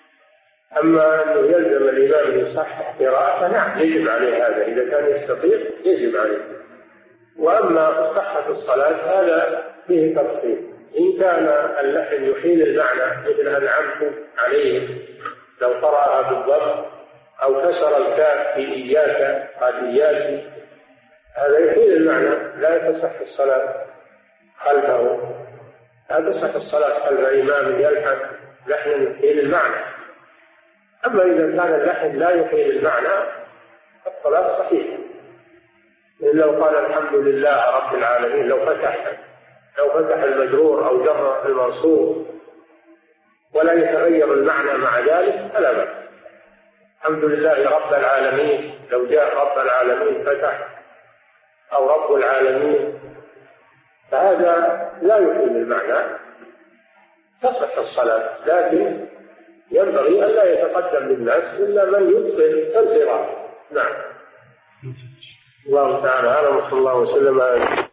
أما أنه يلزم الإمام أن يصحح قراءته، نعم يجب عليه هذا، إذا كان يستطيع يجب عليه. وأما صحة الصلاة هذا فيه تفصيل. إن كان اللحن يحيل المعنى مثل أنعمت عليه لو قرأها بالضبط، أو كسر الكاف في إياك قال إياك، هذا يحيل المعنى لا تصح الصلاة خلفه. لا تصح الصلاة خلف إمام يلحن لحن يحيل المعنى. أما إذا كان اللحن لا يحيل المعنى الصلاة صحيحة. لو قال الحمد لله رب العالمين، لو فتح لو فتح المجرور أو جر المنصوب ولا يتغير المعنى مع ذلك فلا بأس. الحمد لله رب العالمين، لو جاء رب العالمين فتح أو رب العالمين فهذا لا يحيل المعنى، تصح الصلاة. لكن ينبغي أن لا يتقدم للناس إلا من يدخل الزراعة. نعم. الله تعالى أعلم، وصلى الله وسلم على